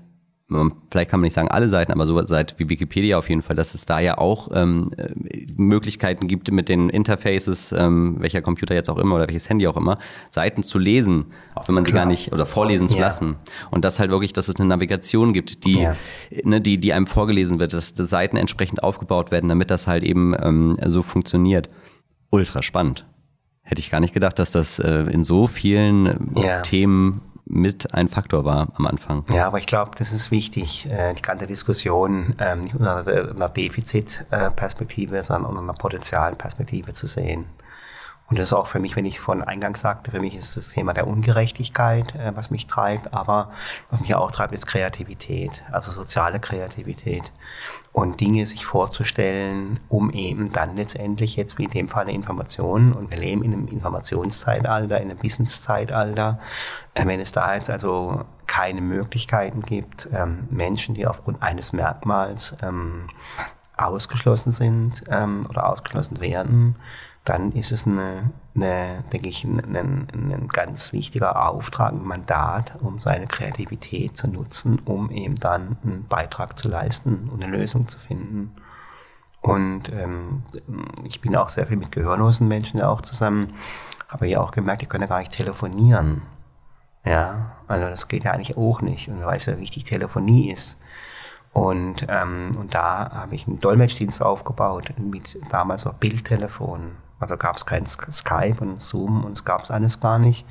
vielleicht kann man nicht sagen alle Seiten, aber so Seiten wie Wikipedia auf jeden Fall, dass es da ja auch Möglichkeiten gibt, mit den Interfaces, welcher Computer jetzt auch immer oder welches Handy auch immer, Seiten zu lesen, auch wenn man sie gar nicht, oder vorlesen zu lassen. Und das halt wirklich, dass es eine Navigation gibt, die einem vorgelesen wird, dass die Seiten entsprechend aufgebaut werden, damit das halt eben so funktioniert. Ultra spannend. Hätte ich gar nicht gedacht, dass das in so vielen Themen mit ein Faktor war am Anfang. Ja, aber ich glaube, das ist wichtig, die ganze Diskussion nicht unter einer Defizitperspektive, sondern unter einer Potenzialperspektive zu sehen. Und das ist auch für mich, wenn ich von eingangs sagte, für mich ist das Thema der Ungerechtigkeit, was mich treibt, aber was mich auch treibt, ist Kreativität, also soziale Kreativität. Und Dinge sich vorzustellen, um eben dann letztendlich jetzt wie in dem Fall eine Information, und wir leben in einem Informationszeitalter, in einem Wissenszeitalter, wenn es da jetzt also keine Möglichkeiten gibt, Menschen, die aufgrund eines Merkmals ausgeschlossen sind oder ausgeschlossen werden, dann ist es denke ich, ein ganz wichtiger Auftrag, ein Mandat, um seine Kreativität zu nutzen, um eben dann einen Beitrag zu leisten und eine Lösung zu finden. Und ich bin auch sehr viel mit gehörlosen Menschen ja auch zusammen, habe ja auch gemerkt, die können ja gar nicht telefonieren. Ja, also das geht ja eigentlich auch nicht. Und man weiß ja, wie wichtig Telefonie ist. Und da habe ich einen Dolmetschdienst aufgebaut mit damals noch Bildtelefon. Also gab es kein Skype und Zoom und es gab es alles gar nicht.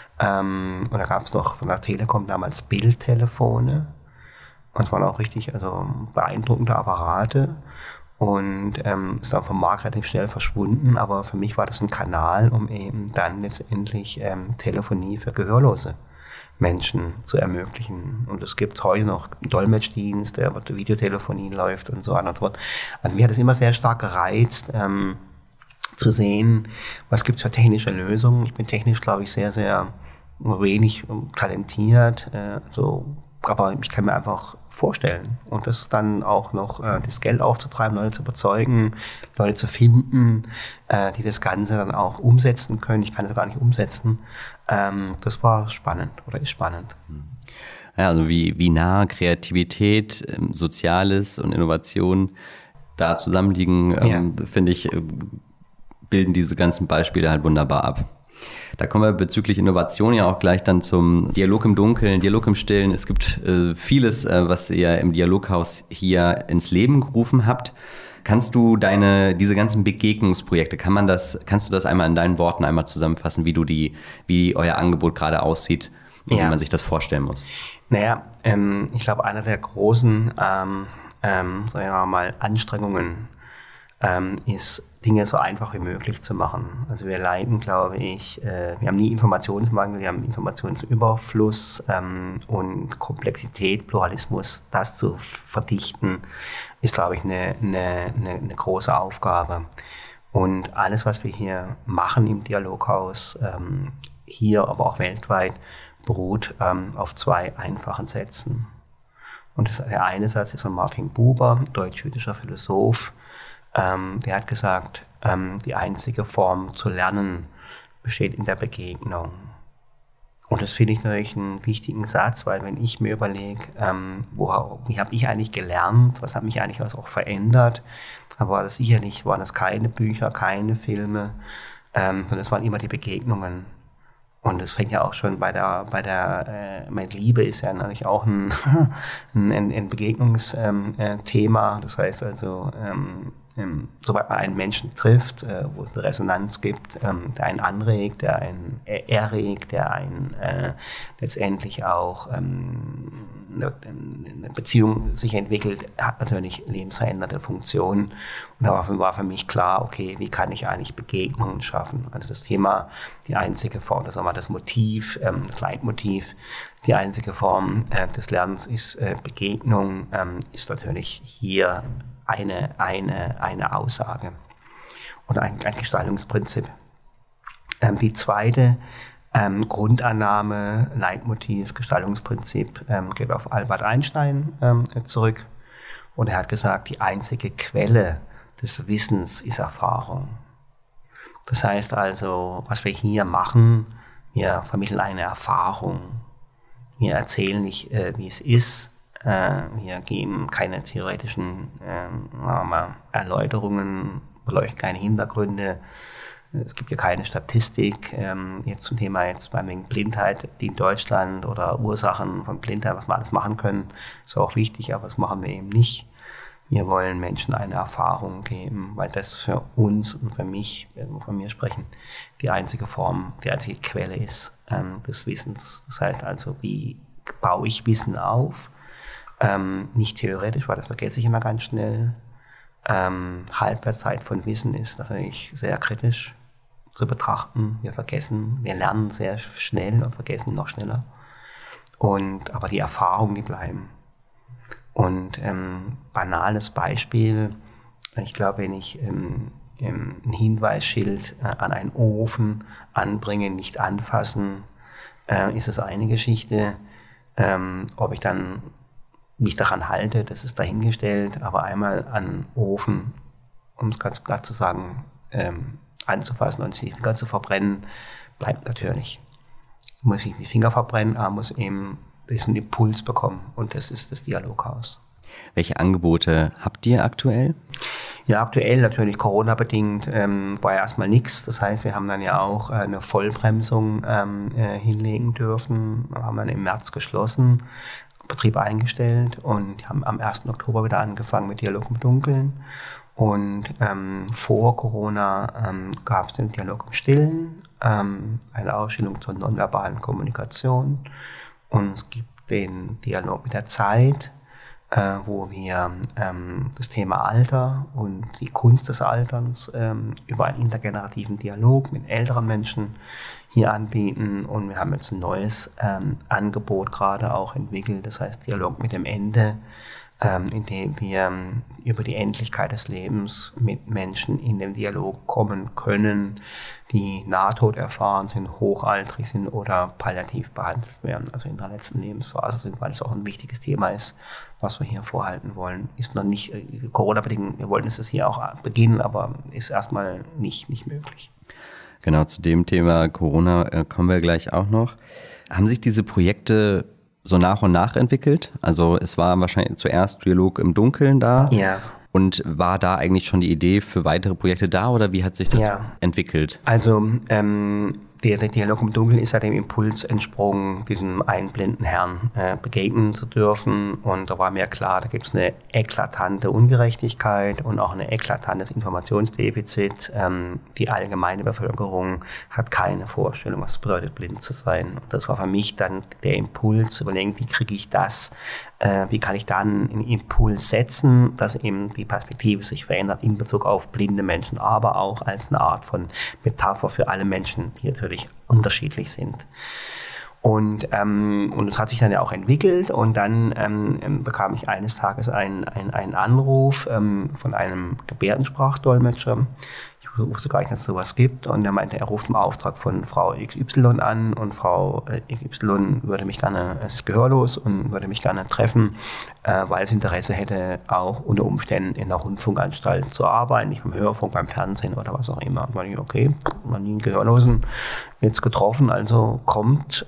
Und da gab es noch von der Telekom damals Bildtelefone. Und es waren auch richtig beeindruckende Apparate. Und ist dann vom Markt relativ schnell verschwunden. Aber für mich war das ein Kanal, um eben dann letztendlich Telefonie für gehörlose Menschen zu ermöglichen. Und es gibt heute noch einen Dolmetschdienst, der über Videotelefonie läuft und so weiter und so fort. Also mich hat es immer sehr stark gereizt, zu sehen, was gibt es für technische Lösungen. Ich bin technisch, glaube ich, sehr, sehr wenig talentiert, aber ich kann mir einfach vorstellen und das dann auch noch das Geld aufzutreiben, Leute zu überzeugen, Leute zu finden, die das Ganze dann auch umsetzen können. Ich kann es gar nicht umsetzen. Das war spannend oder ist spannend. Ja, also wie nah Kreativität, Soziales und Innovation da zusammenliegen, finde ich, bilden diese ganzen Beispiele halt wunderbar ab. Da kommen wir bezüglich Innovation ja auch gleich dann zum Dialog im Dunkeln, Dialog im Stillen. Es gibt vieles, was ihr im Dialoghaus hier ins Leben gerufen habt. Kannst du diese ganzen Begegnungsprojekte, kannst du das einmal in deinen Worten einmal zusammenfassen, wie euer Angebot gerade aussieht und wie man sich das vorstellen muss? Naja, ich glaube, einer der großen, sagen wir mal, Anstrengungen ist, Dinge so einfach wie möglich zu machen. Also wir leiden, glaube ich, wir haben nie Informationsmangel, wir haben Informationsüberfluss und Komplexität, Pluralismus, das zu verdichten, ist, glaube ich, eine große Aufgabe. Und alles, was wir hier machen im Dialoghaus, hier, aber auch weltweit, beruht auf zwei einfachen Sätzen. Und der eine Satz ist von Martin Buber, deutsch-jüdischer Philosoph. Der hat gesagt, die einzige Form zu lernen besteht in der Begegnung. Und das finde ich natürlich einen wichtigen Satz, weil wenn ich mir überlege, wie habe ich eigentlich gelernt, was hat mich eigentlich auch verändert, dann waren das keine Bücher, keine Filme, sondern es waren immer die Begegnungen. Und es fängt ja auch schon meine Liebe ist ja natürlich auch ein Begegnungsthema. Das heißt also, sobald man einen Menschen trifft, wo es eine Resonanz gibt, der einen anregt, der einen erregt, der einen letztendlich auch eine Beziehung sich entwickelt, hat natürlich lebensveränderte Funktionen. Und da war für mich klar, okay, wie kann ich eigentlich Begegnungen schaffen? Also das Thema, die einzige Form, das Motiv, das Leitmotiv, die einzige Form des Lernens ist Begegnung, ist natürlich hier eine Aussage oder ein Gestaltungsprinzip. Die zweite Grundannahme, Leitmotiv, Gestaltungsprinzip geht auf Albert Einstein zurück. Und er hat gesagt, die einzige Quelle des Wissens ist Erfahrung. Das heißt also, was wir hier machen, wir vermitteln eine Erfahrung. Wir erzählen nicht, wie es ist, Wir geben keine theoretischen Erläuterungen, beleuchten keine Hintergründe. Es gibt ja keine Statistik jetzt zum Thema wegen Blindheit in Deutschland oder Ursachen von Blindheit, was wir alles machen können. Ist auch wichtig, aber das machen wir eben nicht. Wir wollen Menschen eine Erfahrung geben, weil das für uns und für mich, wenn wir von mir sprechen, die einzige Form, die einzige Quelle ist des Wissens. Das heißt also, wie baue ich Wissen auf? Nicht theoretisch, weil das vergesse ich immer ganz schnell. Halbwertszeit von Wissen ist natürlich sehr kritisch zu betrachten. Wir lernen sehr schnell und vergessen noch schneller. Aber die Erfahrungen, die bleiben. Und banales Beispiel, ich glaube, wenn ich ein Hinweisschild an einen Ofen anbringe, nicht anfassen, ist es eine Geschichte. Ob ich dann mich daran halte, das ist dahingestellt, aber einmal an den Ofen, um es ganz platt zu sagen, anzufassen und die Finger zu verbrennen, bleibt natürlich. Muss ich die Finger verbrennen, aber muss eben diesen Impuls bekommen und das ist das Dialoghaus. Welche Angebote habt ihr aktuell? Ja, aktuell natürlich Corona-bedingt war ja erstmal nichts. Das heißt, wir haben dann ja auch eine Vollbremsung hinlegen dürfen. Wir haben dann im März geschlossen, Betrieb eingestellt und haben am 1. Oktober wieder angefangen mit Dialog im Dunkeln. Und vor Corona gab es den Dialog im Stillen, eine Ausstellung zur nonverbalen Kommunikation. Und es gibt den Dialog mit der Zeit, wo wir das Thema Alter und die Kunst des Alterns über einen intergenerativen Dialog mit älteren Menschen hier anbieten. Und wir haben jetzt ein neues Angebot gerade auch entwickelt, das heißt Dialog mit dem Ende, in dem wir über die Endlichkeit des Lebens mit Menschen in den Dialog kommen können, die Nahtod erfahren sind, hochaltrig sind oder palliativ behandelt werden, also in der letzten Lebensphase sind, weil es auch ein wichtiges Thema ist, was wir hier vorhalten wollen. Ist noch nicht Corona-bedingt, wir wollten es hier auch beginnen, aber ist erstmal nicht möglich. Genau, zu dem Thema Corona kommen wir gleich auch noch. Haben sich diese Projekte so nach und nach entwickelt? Also es war wahrscheinlich zuerst Dialog im Dunkeln da. Ja. Und war da eigentlich schon die Idee für weitere Projekte da oder wie hat sich das entwickelt? Also der Dialog im Dunkeln ist ja dem Impuls entsprungen, diesem einblinden Herrn begegnen zu dürfen. Und da war mir klar, da gibt es eine eklatante Ungerechtigkeit und auch ein eklatantes Informationsdefizit. Die allgemeine Bevölkerung hat keine Vorstellung, was es bedeutet, blind zu sein. Und das war für mich dann der Impuls, zu überlegen, wie kriege ich das, wie kann ich dann einen Impuls setzen, dass eben die Perspektive sich verändert in Bezug auf blinde Menschen, aber auch als eine Art von Metapher für alle Menschen, die natürlich unterschiedlich sind. Und es hat sich dann ja auch entwickelt und dann bekam ich eines Tages einen Anruf von einem Gebärdensprachdolmetscher. Ich wusste gar nicht, dass es sowas gibt. Und er meinte, er ruft im Auftrag von Frau XY an und Frau XY würde mich gerne, es ist gehörlos und würde mich gerne treffen, weil es Interesse hätte, auch unter Umständen in einer Rundfunkanstalt zu arbeiten, nicht beim Hörfunk, beim Fernsehen oder was auch immer. Und ich, okay, man den Gehörlosen jetzt getroffen, also kommt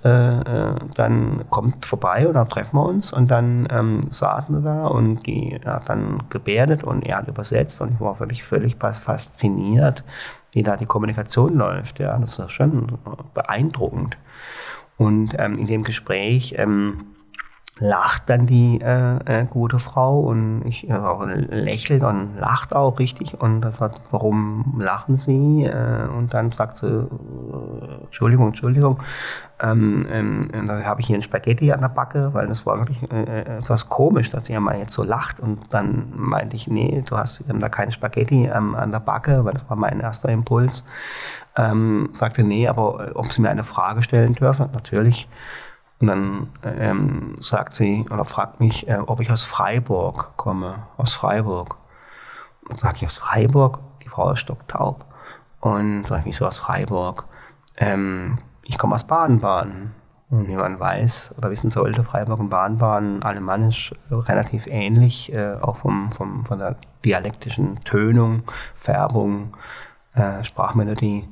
vorbei und dann treffen wir uns und dann saßen wir da und die hat dann gebärdet und er hat übersetzt und ich war völlig fasziniert, wie da die Kommunikation läuft. Ja, das ist schon beeindruckend. Und in dem Gespräch lacht dann die gute Frau und ich lächelt und lacht auch richtig und das sagt, warum lachen Sie? Und dann sagt sie, Entschuldigung, und dann habe ich hier ein Spaghetti an der Backe, weil das war wirklich etwas komisch, dass sie ja mal jetzt so lacht und dann meinte ich, nee, wir haben da keine Spaghetti an der Backe, weil das war mein erster Impuls. Sagte, nee, aber ob Sie mir eine Frage stellen dürfen? Natürlich. Und dann sagt sie oder fragt mich, ob ich aus Freiburg komme. Aus Freiburg. Und dann sage ich, aus Freiburg? Die Frau ist stocktaub. Und sage ich, wieso aus Freiburg? Ich komme aus Baden-Baden. Und wie man weiß oder wissen sollte, Freiburg und Baden-Baden alemannisch relativ ähnlich, auch von der dialektischen Tönung, Färbung, Sprachmelodie.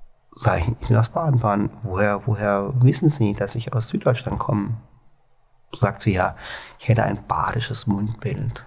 Sag ich bin aus Baden-Baden. Woher wissen Sie, dass ich aus Süddeutschland komme? sagt sie ja, ich hätte ein badisches Mundbild.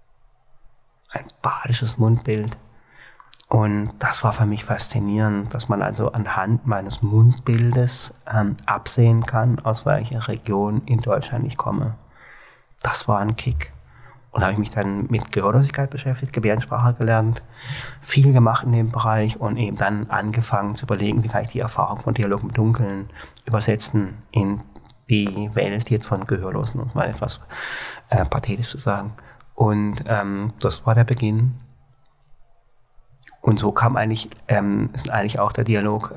Ein badisches Mundbild. Und das war für mich faszinierend, dass man also anhand meines Mundbildes absehen kann, aus welcher Region in Deutschland ich komme. Das war ein Kick. Und da habe ich mich dann mit Gehörlosigkeit beschäftigt, Gebärdensprache gelernt, viel gemacht in dem Bereich und eben dann angefangen zu überlegen, wie kann ich die Erfahrung von Dialog im Dunkeln übersetzen in die Welt jetzt von Gehörlosen, um mal etwas pathetisch zu sagen. Und das war der Beginn. Und so kam eigentlich, ist eigentlich auch der Dialog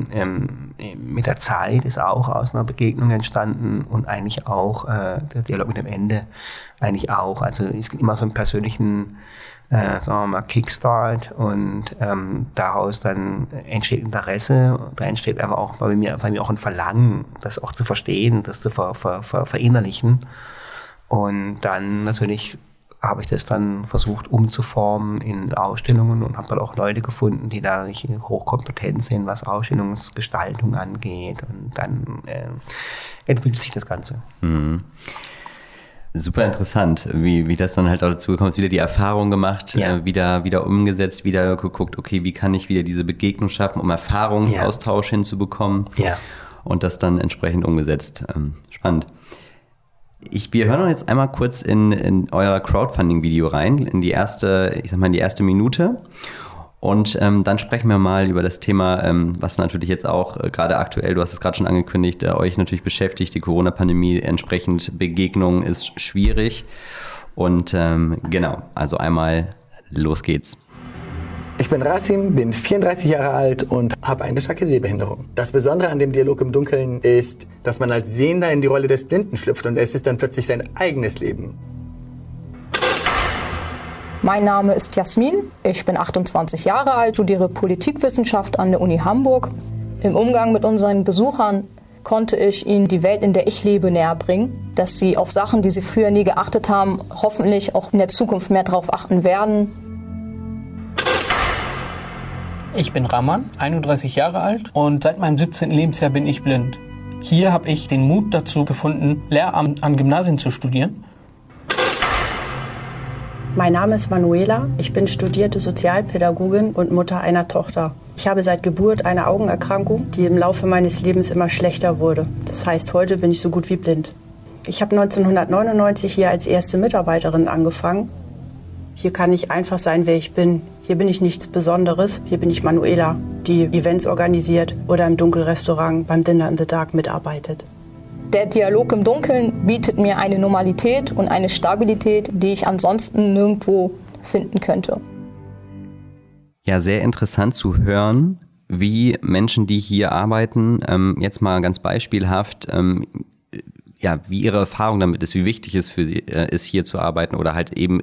mit der Zeit, ist auch aus einer Begegnung entstanden und eigentlich auch der Dialog mit dem Ende eigentlich auch. Also es gibt immer so einen persönlichen, sagen wir mal, Kickstart und daraus dann entsteht Interesse, da entsteht aber auch bei mir auch ein Verlangen, das auch zu verstehen, das zu verinnerlichen. Und dann natürlich habe ich das dann versucht umzuformen in Ausstellungen und habe dann auch Leute gefunden, die da hochkompetent sind, was Ausstellungsgestaltung angeht. Und dann entwickelt sich das Ganze. Mhm. Super interessant, wie das dann halt auch dazu gekommen ist, wieder die Erfahrung gemacht, wieder umgesetzt, wieder geguckt, okay, wie kann ich wieder diese Begegnung schaffen, um Erfahrungsaustausch hinzubekommen und das dann entsprechend umgesetzt. Spannend. Wir hören jetzt einmal kurz in euer Crowdfunding-Video rein, in die erste Minute. Und dann sprechen wir mal über das Thema, was natürlich jetzt auch gerade aktuell, du hast es gerade schon angekündigt, euch natürlich beschäftigt, die Corona-Pandemie, entsprechend Begegnung ist schwierig. Und genau, also einmal los geht's. Ich bin Rasim, bin 34 Jahre alt und habe eine starke Sehbehinderung. Das Besondere an dem Dialog im Dunkeln ist, dass man als Sehender in die Rolle des Blinden schlüpft und es ist dann plötzlich sein eigenes Leben. Mein Name ist Jasmin, ich bin 28 Jahre alt, studiere Politikwissenschaft an der Uni Hamburg. Im Umgang mit unseren Besuchern konnte ich ihnen die Welt, in der ich lebe, näher bringen, dass sie auf Sachen, die sie früher nie geachtet haben, hoffentlich auch in der Zukunft mehr darauf achten werden. Ich bin Rahman, 31 Jahre alt und seit meinem 17. Lebensjahr bin ich blind. Hier habe ich den Mut dazu gefunden, Lehramt an Gymnasien zu studieren. Mein Name ist Manuela, ich bin studierte Sozialpädagogin und Mutter einer Tochter. Ich habe seit Geburt eine Augenerkrankung, die im Laufe meines Lebens immer schlechter wurde. Das heißt, heute bin ich so gut wie blind. Ich habe 1999 hier als erste Mitarbeiterin angefangen. Hier kann ich einfach sein, wer ich bin. Hier bin ich nichts Besonderes. Hier bin ich Manuela, die Events organisiert oder im Dunkelrestaurant beim Dinner in the Dark mitarbeitet. Der Dialog im Dunkeln bietet mir eine Normalität und eine Stabilität, die ich ansonsten nirgendwo finden könnte. Ja, sehr interessant zu hören, wie Menschen, die hier arbeiten, jetzt mal ganz beispielhaft, wie ihre Erfahrung damit ist, wie wichtig es für sie ist, hier zu arbeiten oder halt eben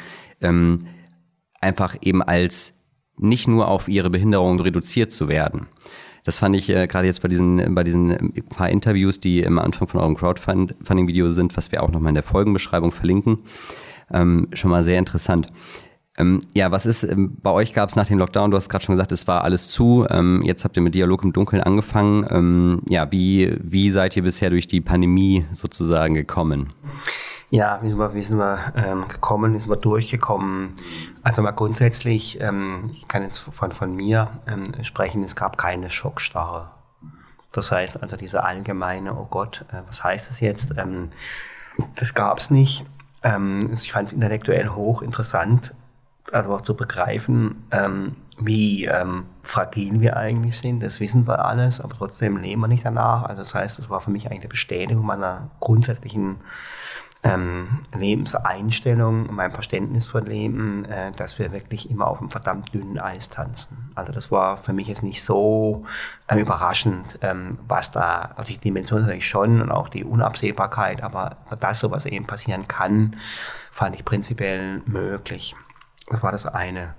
einfach eben als nicht nur auf ihre Behinderung reduziert zu werden. Das fand ich gerade jetzt bei diesen paar Interviews, die am Anfang von eurem Crowdfunding-Video sind, was wir auch nochmal in der Folgenbeschreibung verlinken, schon mal sehr interessant. Was ist, bei euch gab es nach dem Lockdown, du hast gerade schon gesagt, es war alles zu, jetzt habt ihr mit Dialog im Dunkeln angefangen. Wie seid ihr bisher durch die Pandemie sozusagen gekommen? Ja, wie sind wir durchgekommen? Also mal grundsätzlich, ich kann jetzt von mir sprechen, es gab keine Schockstarre. Das heißt also diese allgemeine, oh Gott, was heißt das jetzt? Das gab es nicht. Ich fand es intellektuell hochinteressant, also auch zu begreifen, wie fragil wir eigentlich sind. Das wissen wir alles, aber trotzdem leben wir nicht danach. Also das heißt, das war für mich eigentlich eine Bestätigung meiner grundsätzlichen Lebenseinstellung und meinem Verständnis von Leben, dass wir wirklich immer auf einem verdammt dünnen Eis tanzen. Also das war für mich jetzt nicht so überraschend, was da, also die Dimension natürlich schon und auch die Unabsehbarkeit, aber dass sowas eben passieren kann, fand ich prinzipiell möglich. Das war das eine.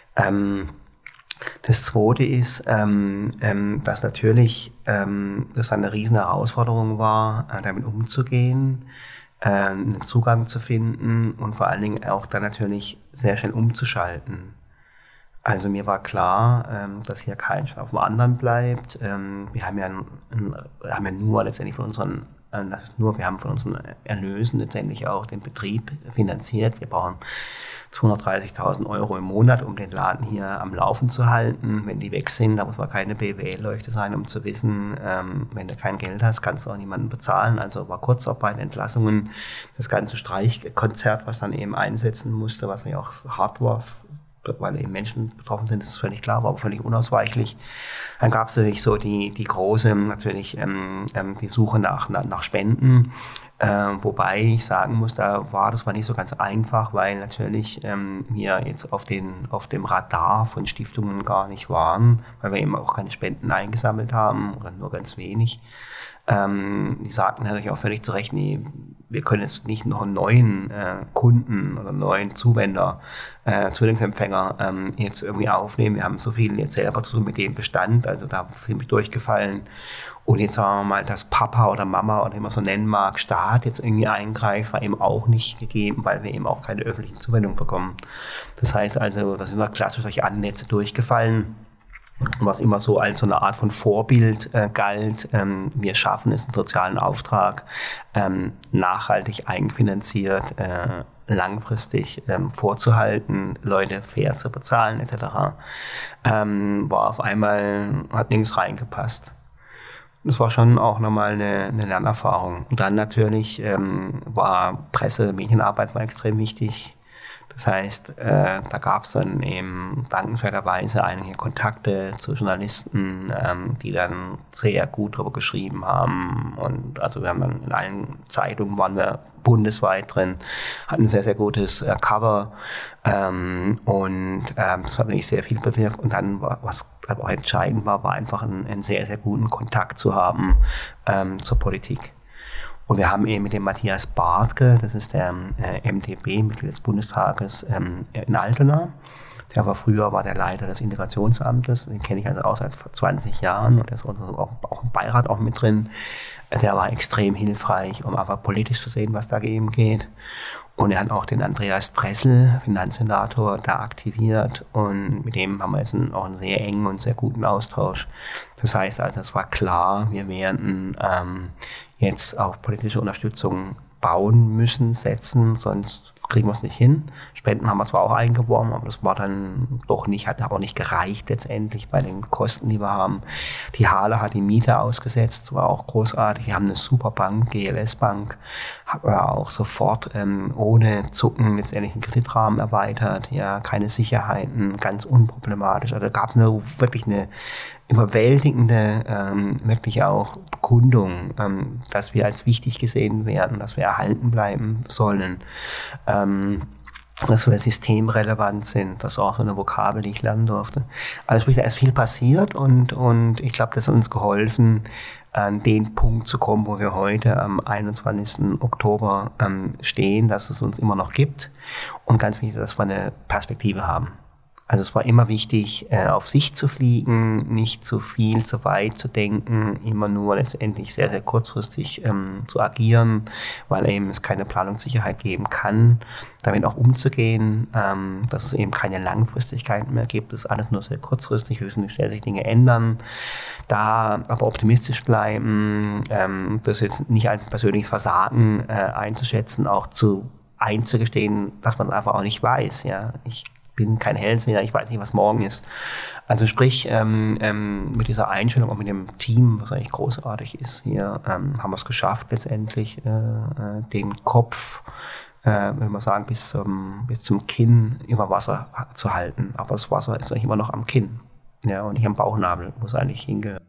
Das zweite ist, dass natürlich das eine riesen Herausforderung war, damit umzugehen, einen Zugang zu finden und vor allen Dingen auch dann natürlich sehr schnell umzuschalten. Also mir war klar, dass hier kein Stein auf dem anderen bleibt. Wir haben ja nur letztendlich wir haben von unseren Erlösen letztendlich auch den Betrieb finanziert. Wir brauchen 230.000 € im Monat, um den Laden hier am Laufen zu halten. Wenn die weg sind, da muss man keine BWL-Leuchte sein, um zu wissen, wenn du kein Geld hast, kannst du auch niemanden bezahlen. Also war Kurzarbeit, Entlassungen, das ganze Streichkonzert, was dann eben einsetzen musste, was ja auch hart war, weil eben Menschen betroffen sind, das ist völlig klar, war aber völlig unausweichlich. Dann gab es natürlich so die große, natürlich die Suche nach Spenden, wobei ich sagen muss, das war nicht so ganz einfach, weil natürlich wir jetzt auf dem Radar von Stiftungen gar nicht waren, weil wir eben auch keine Spenden eingesammelt haben oder nur ganz wenig. Die sagten natürlich auch völlig zu Recht, nee, wir können jetzt nicht noch einen neuen Kunden oder neuen Zuwender, Zuwendungsempfänger jetzt irgendwie aufnehmen. Wir haben so viel jetzt selber zu tun mit dem Bestand, also da sind wir durchgefallen. Und jetzt sagen wir mal, dass Papa oder Mama oder wie man so nennen mag, Staat jetzt irgendwie eingreift, war eben auch nicht gegeben, weil wir eben auch keine öffentlichen Zuwendungen bekommen. Das heißt also, da sind wir klassisch durch Annetze durchgefallen. Was immer so als so eine Art von Vorbild galt. Wir schaffen es, einen sozialen Auftrag nachhaltig eigenfinanziert, langfristig vorzuhalten, Leute fair zu bezahlen etc. War auf einmal, hat nirgends reingepasst. Das war schon auch nochmal eine Lernerfahrung. Und dann natürlich war Presse, Medienarbeit war extrem wichtig. Das heißt, da gab es dann eben dankenswerterweise einige Kontakte zu Journalisten, die dann sehr gut darüber geschrieben haben. Und also wir haben dann in allen Zeitungen waren wir bundesweit drin, hatten ein sehr, sehr gutes Cover und das hat natürlich sehr viel bewirkt. Und dann, was auch entscheidend war einfach einen sehr, sehr guten Kontakt zu haben zur Politik. Und wir haben eben mit dem Matthias Bartke, das ist der MdB, Mitglied des Bundestages in Altona. Der war der Leiter des Integrationsamtes, den kenne ich also auch seit 20 Jahren und der ist auch im Beirat auch mit drin. Der war extrem hilfreich, um einfach politisch zu sehen, was da eben geht. Und er hat auch den Andreas Dressel, Finanzsenator, da aktiviert und mit dem haben wir jetzt auch einen sehr engen und sehr guten Austausch. Das heißt also, es war klar, wir werden jetzt auf politische Unterstützung bauen müssen, setzen, sonst kriegen wir es nicht hin. Spenden haben wir zwar auch eingeworben, aber das war dann doch nicht, hat aber nicht gereicht letztendlich bei den Kosten, die wir haben. Die Hahle hat die Miete ausgesetzt, war auch großartig. Wir haben eine super Bank, GLS Bank, haben wir auch sofort ohne Zucken letztendlich einen Kreditrahmen erweitert, ja, keine Sicherheiten, ganz unproblematisch. Also gab es wirklich eine überwältigende, wirklich auch Bekundung, dass wir als wichtig gesehen werden, dass wir erhalten bleiben sollen, dass wir systemrelevant sind. Das ist auch so eine Vokabel, die ich lernen durfte. Also sprich, da ist viel passiert und ich glaube, das hat uns geholfen, an den Punkt zu kommen, wo wir heute am 21. Oktober stehen, dass es uns immer noch gibt und ganz wichtig, dass wir eine Perspektive haben. Also es war immer wichtig, auf Sicht zu fliegen, nicht zu viel, zu weit zu denken, immer nur letztendlich sehr, sehr kurzfristig zu agieren, weil eben es keine Planungssicherheit geben kann, damit auch umzugehen, dass es eben keine Langfristigkeit mehr gibt, das ist alles nur sehr kurzfristig, wir wissen, wie schnell sich Dinge ändern, da aber optimistisch bleiben, das jetzt nicht als persönliches Versagen einzuschätzen, auch einzugestehen, dass man es einfach auch nicht weiß, ja, ich bin kein Hellseher, ich weiß nicht, was morgen ist. Also sprich, mit dieser Einstellung, auch mit dem Team, was eigentlich großartig ist hier, haben wir es geschafft, letztendlich den Kopf, würde man sagen, bis zum Kinn über Wasser zu halten. Aber das Wasser ist eigentlich immer noch am Kinn, ja, und nicht am Bauchnabel, wo es eigentlich hingehört.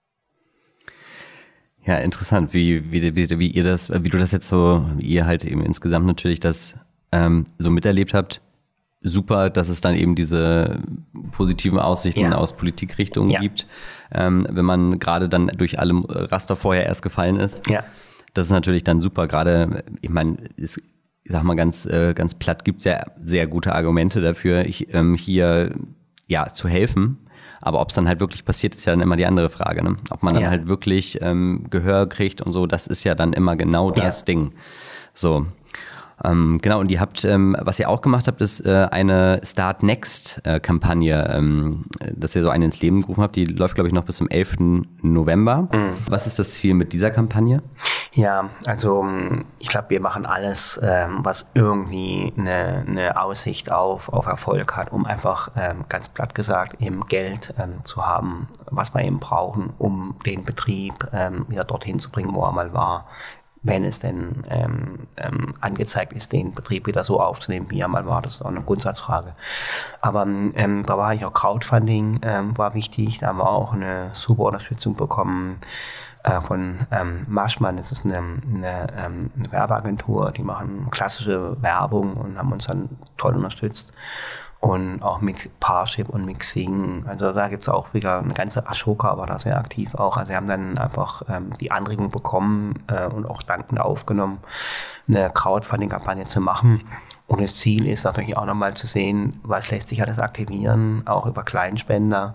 Ja, interessant, wie du das jetzt so, wie ihr halt eben insgesamt natürlich das so miterlebt habt. Super, dass es dann eben diese positiven Aussichten aus Politikrichtungen gibt, wenn man gerade dann durch alle Raster vorher erst gefallen ist. Ja. Das ist natürlich dann super, gerade, ich meine, ich sag mal ganz platt, gibt es ja sehr gute Argumente dafür, hier zu helfen. Aber ob es dann halt wirklich passiert, ist ja dann immer die andere Frage. Ne? Ob man dann halt wirklich Gehör kriegt und so, das ist ja dann immer genau das Ding. So. Genau, und ihr habt, was ihr auch gemacht habt, ist eine Start Next-Kampagne, dass ihr so eine ins Leben gerufen habt. Die läuft, glaube ich, noch bis zum 11. November. Was ist das Ziel mit dieser Kampagne? Ja, also ich glaube, wir machen alles, was irgendwie eine Aussicht auf Erfolg hat, um einfach, ganz platt gesagt, eben Geld zu haben, was wir eben brauchen, um den Betrieb wieder dorthin zu bringen, wo er mal war, wenn es denn angezeigt ist, den Betrieb wieder so aufzunehmen, wie er mal war. Das ist auch eine Grundsatzfrage. Aber da war ich auch Crowdfunding, war wichtig. Da haben wir auch eine super Unterstützung bekommen von Marschmann. Das ist eine Werbeagentur, die machen klassische Werbung und haben uns dann toll unterstützt. Und auch mit Parship und mit Xing. Also da gibt's auch wieder eine ganze Ashoka war da sehr aktiv auch. Also wir haben dann einfach die Anregung bekommen und auch dankend aufgenommen, eine Crowdfunding-Kampagne zu machen. Und das Ziel ist natürlich auch nochmal zu sehen, was lässt sich alles aktivieren, auch über Kleinspender,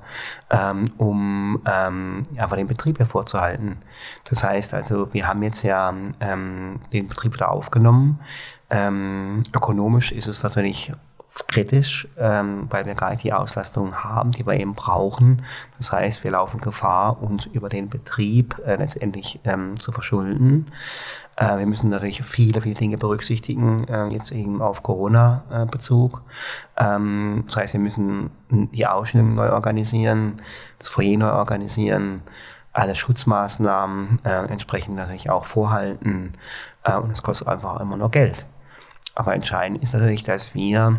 um einfach den Betrieb hervorzuhalten. Das heißt also, wir haben jetzt ja den Betrieb wieder aufgenommen. Ökonomisch ist es natürlich kritisch, weil wir gar nicht die Auslastung haben, die wir eben brauchen. Das heißt, wir laufen Gefahr, uns über den Betrieb letztendlich zu verschulden. Wir müssen natürlich viele Dinge berücksichtigen, jetzt eben auf Corona-Bezug. Das heißt, wir müssen die Ausstellung neu organisieren, das Foyer neu organisieren, alle Schutzmaßnahmen entsprechend natürlich auch vorhalten. Und es kostet einfach immer nur Geld. Aber entscheidend ist natürlich, dass wir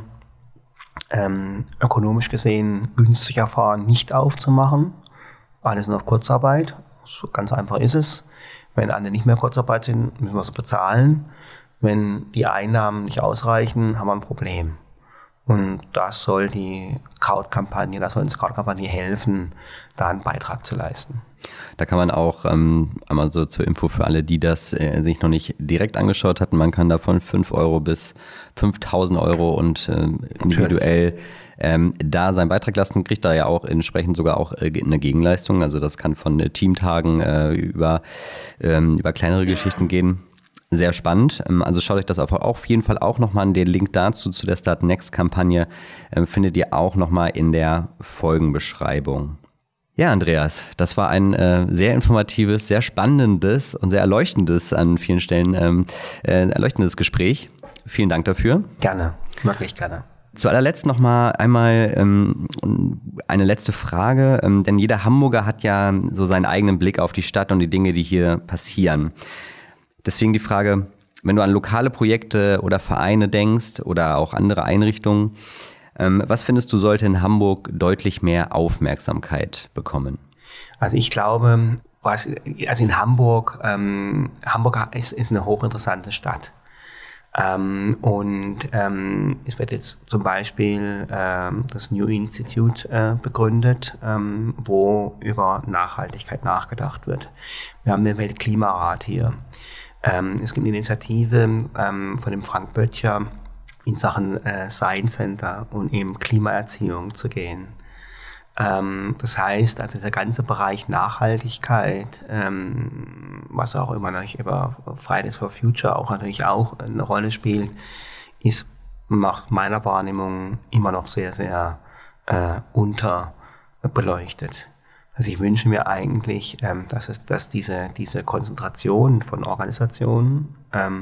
ökonomisch gesehen günstiger fahren, nicht aufzumachen. Alles nur auf Kurzarbeit. So ganz einfach ist es. Wenn alle nicht mehr Kurzarbeit sind, müssen wir es bezahlen. Wenn die Einnahmen nicht ausreichen, haben wir ein Problem. Und das soll die Crowd-Kampagne, das soll uns Crowd-Kampagne helfen, da einen Beitrag zu leisten. Da kann man auch, einmal so zur Info für alle, die das sich noch nicht direkt angeschaut hatten, man kann da von 5 Euro bis 5.000 Euro und individuell da seinen Beitrag leisten, kriegt da ja auch entsprechend sogar auch eine Gegenleistung. Also das kann von Teamtagen über kleinere Geschichten gehen. Sehr spannend. Also schaut euch das auf jeden Fall auch nochmal an. Den Link dazu, zu der Start Next-Kampagne, findet ihr auch nochmal in der Folgenbeschreibung. Ja, Andreas, das war ein sehr informatives, sehr spannendes und sehr erleuchtendes an vielen Stellen erleuchtendes Gespräch. Vielen Dank dafür. Gerne, wirklich gerne. Zu allerletzt noch mal einmal eine letzte Frage, denn jeder Hamburger hat ja so seinen eigenen Blick auf die Stadt und die Dinge, die hier passieren. Deswegen die Frage, wenn du an lokale Projekte oder Vereine denkst oder auch andere Einrichtungen, was findest du, sollte in Hamburg deutlich mehr Aufmerksamkeit bekommen? Also ich glaube, also in Hamburg, Hamburg ist eine hochinteressante Stadt. Es wird jetzt zum Beispiel das New Institute begründet, wo über Nachhaltigkeit nachgedacht wird. Wir haben den Weltklimarat hier. Es gibt eine Initiative von dem Frank Böttcher, in Sachen Science Center und eben Klimaerziehung zu gehen. Das heißt, also der ganze Bereich Nachhaltigkeit, was auch immer natürlich über Fridays for Future auch natürlich auch eine Rolle spielt, ist nach meiner Wahrnehmung immer noch sehr, sehr unterbeleuchtet. Also ich wünsche mir eigentlich, dass diese Konzentration von Organisationen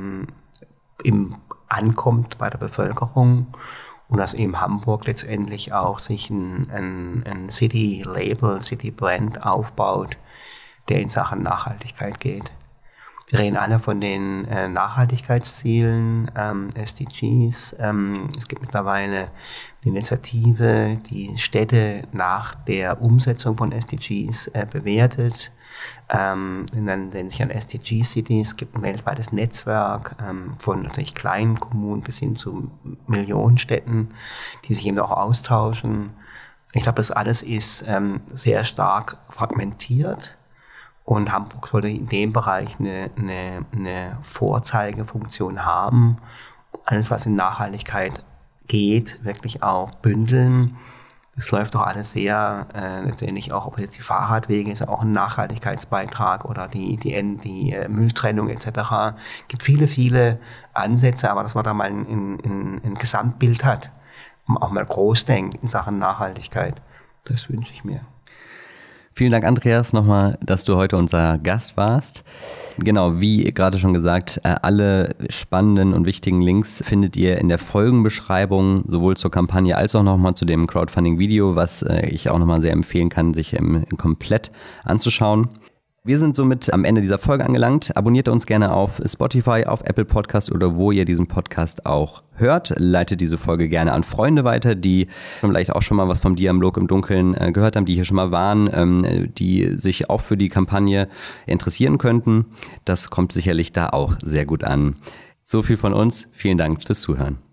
ankommt bei der Bevölkerung und dass eben Hamburg letztendlich auch sich ein City-Label, City-Brand aufbaut, der in Sachen Nachhaltigkeit geht. Wir reden alle von den Nachhaltigkeitszielen, SDGs. Es gibt mittlerweile eine Initiative, die Städte nach der Umsetzung von SDGs bewertet. Dann nennen sich an SDG-Cities. Es gibt ein weltweites Netzwerk von natürlich kleinen Kommunen bis hin zu Millionenstädten, die sich eben auch austauschen. Ich glaube, das alles ist sehr stark fragmentiert. Und Hamburg sollte in dem Bereich eine Vorzeigefunktion haben. Alles, was in Nachhaltigkeit geht, wirklich auch bündeln. Das läuft doch alles sehr, letztendlich auch, ob jetzt die Fahrradwege ist, auch ein Nachhaltigkeitsbeitrag oder die Mülltrennung etc. Es gibt viele Ansätze, aber dass man da mal ein Gesamtbild hat und auch mal groß denkt in Sachen Nachhaltigkeit. Das wünsche ich mir. Vielen Dank, Andreas, nochmal, dass du heute unser Gast warst. Genau, wie gerade schon gesagt, alle spannenden und wichtigen Links findet ihr in der Folgenbeschreibung, sowohl zur Kampagne als auch nochmal zu dem Crowdfunding-Video, was ich auch nochmal sehr empfehlen kann, sich komplett anzuschauen. Wir sind somit am Ende dieser Folge angelangt. Abonniert uns gerne auf Spotify, auf Apple Podcast oder wo ihr diesen Podcast auch hört. Leitet diese Folge gerne an Freunde weiter, die vielleicht auch schon mal was vom Dialog im Dunkeln gehört haben, die hier schon mal waren, die sich auch für die Kampagne interessieren könnten. Das kommt sicherlich da auch sehr gut an. So viel von uns. Vielen Dank fürs Zuhören.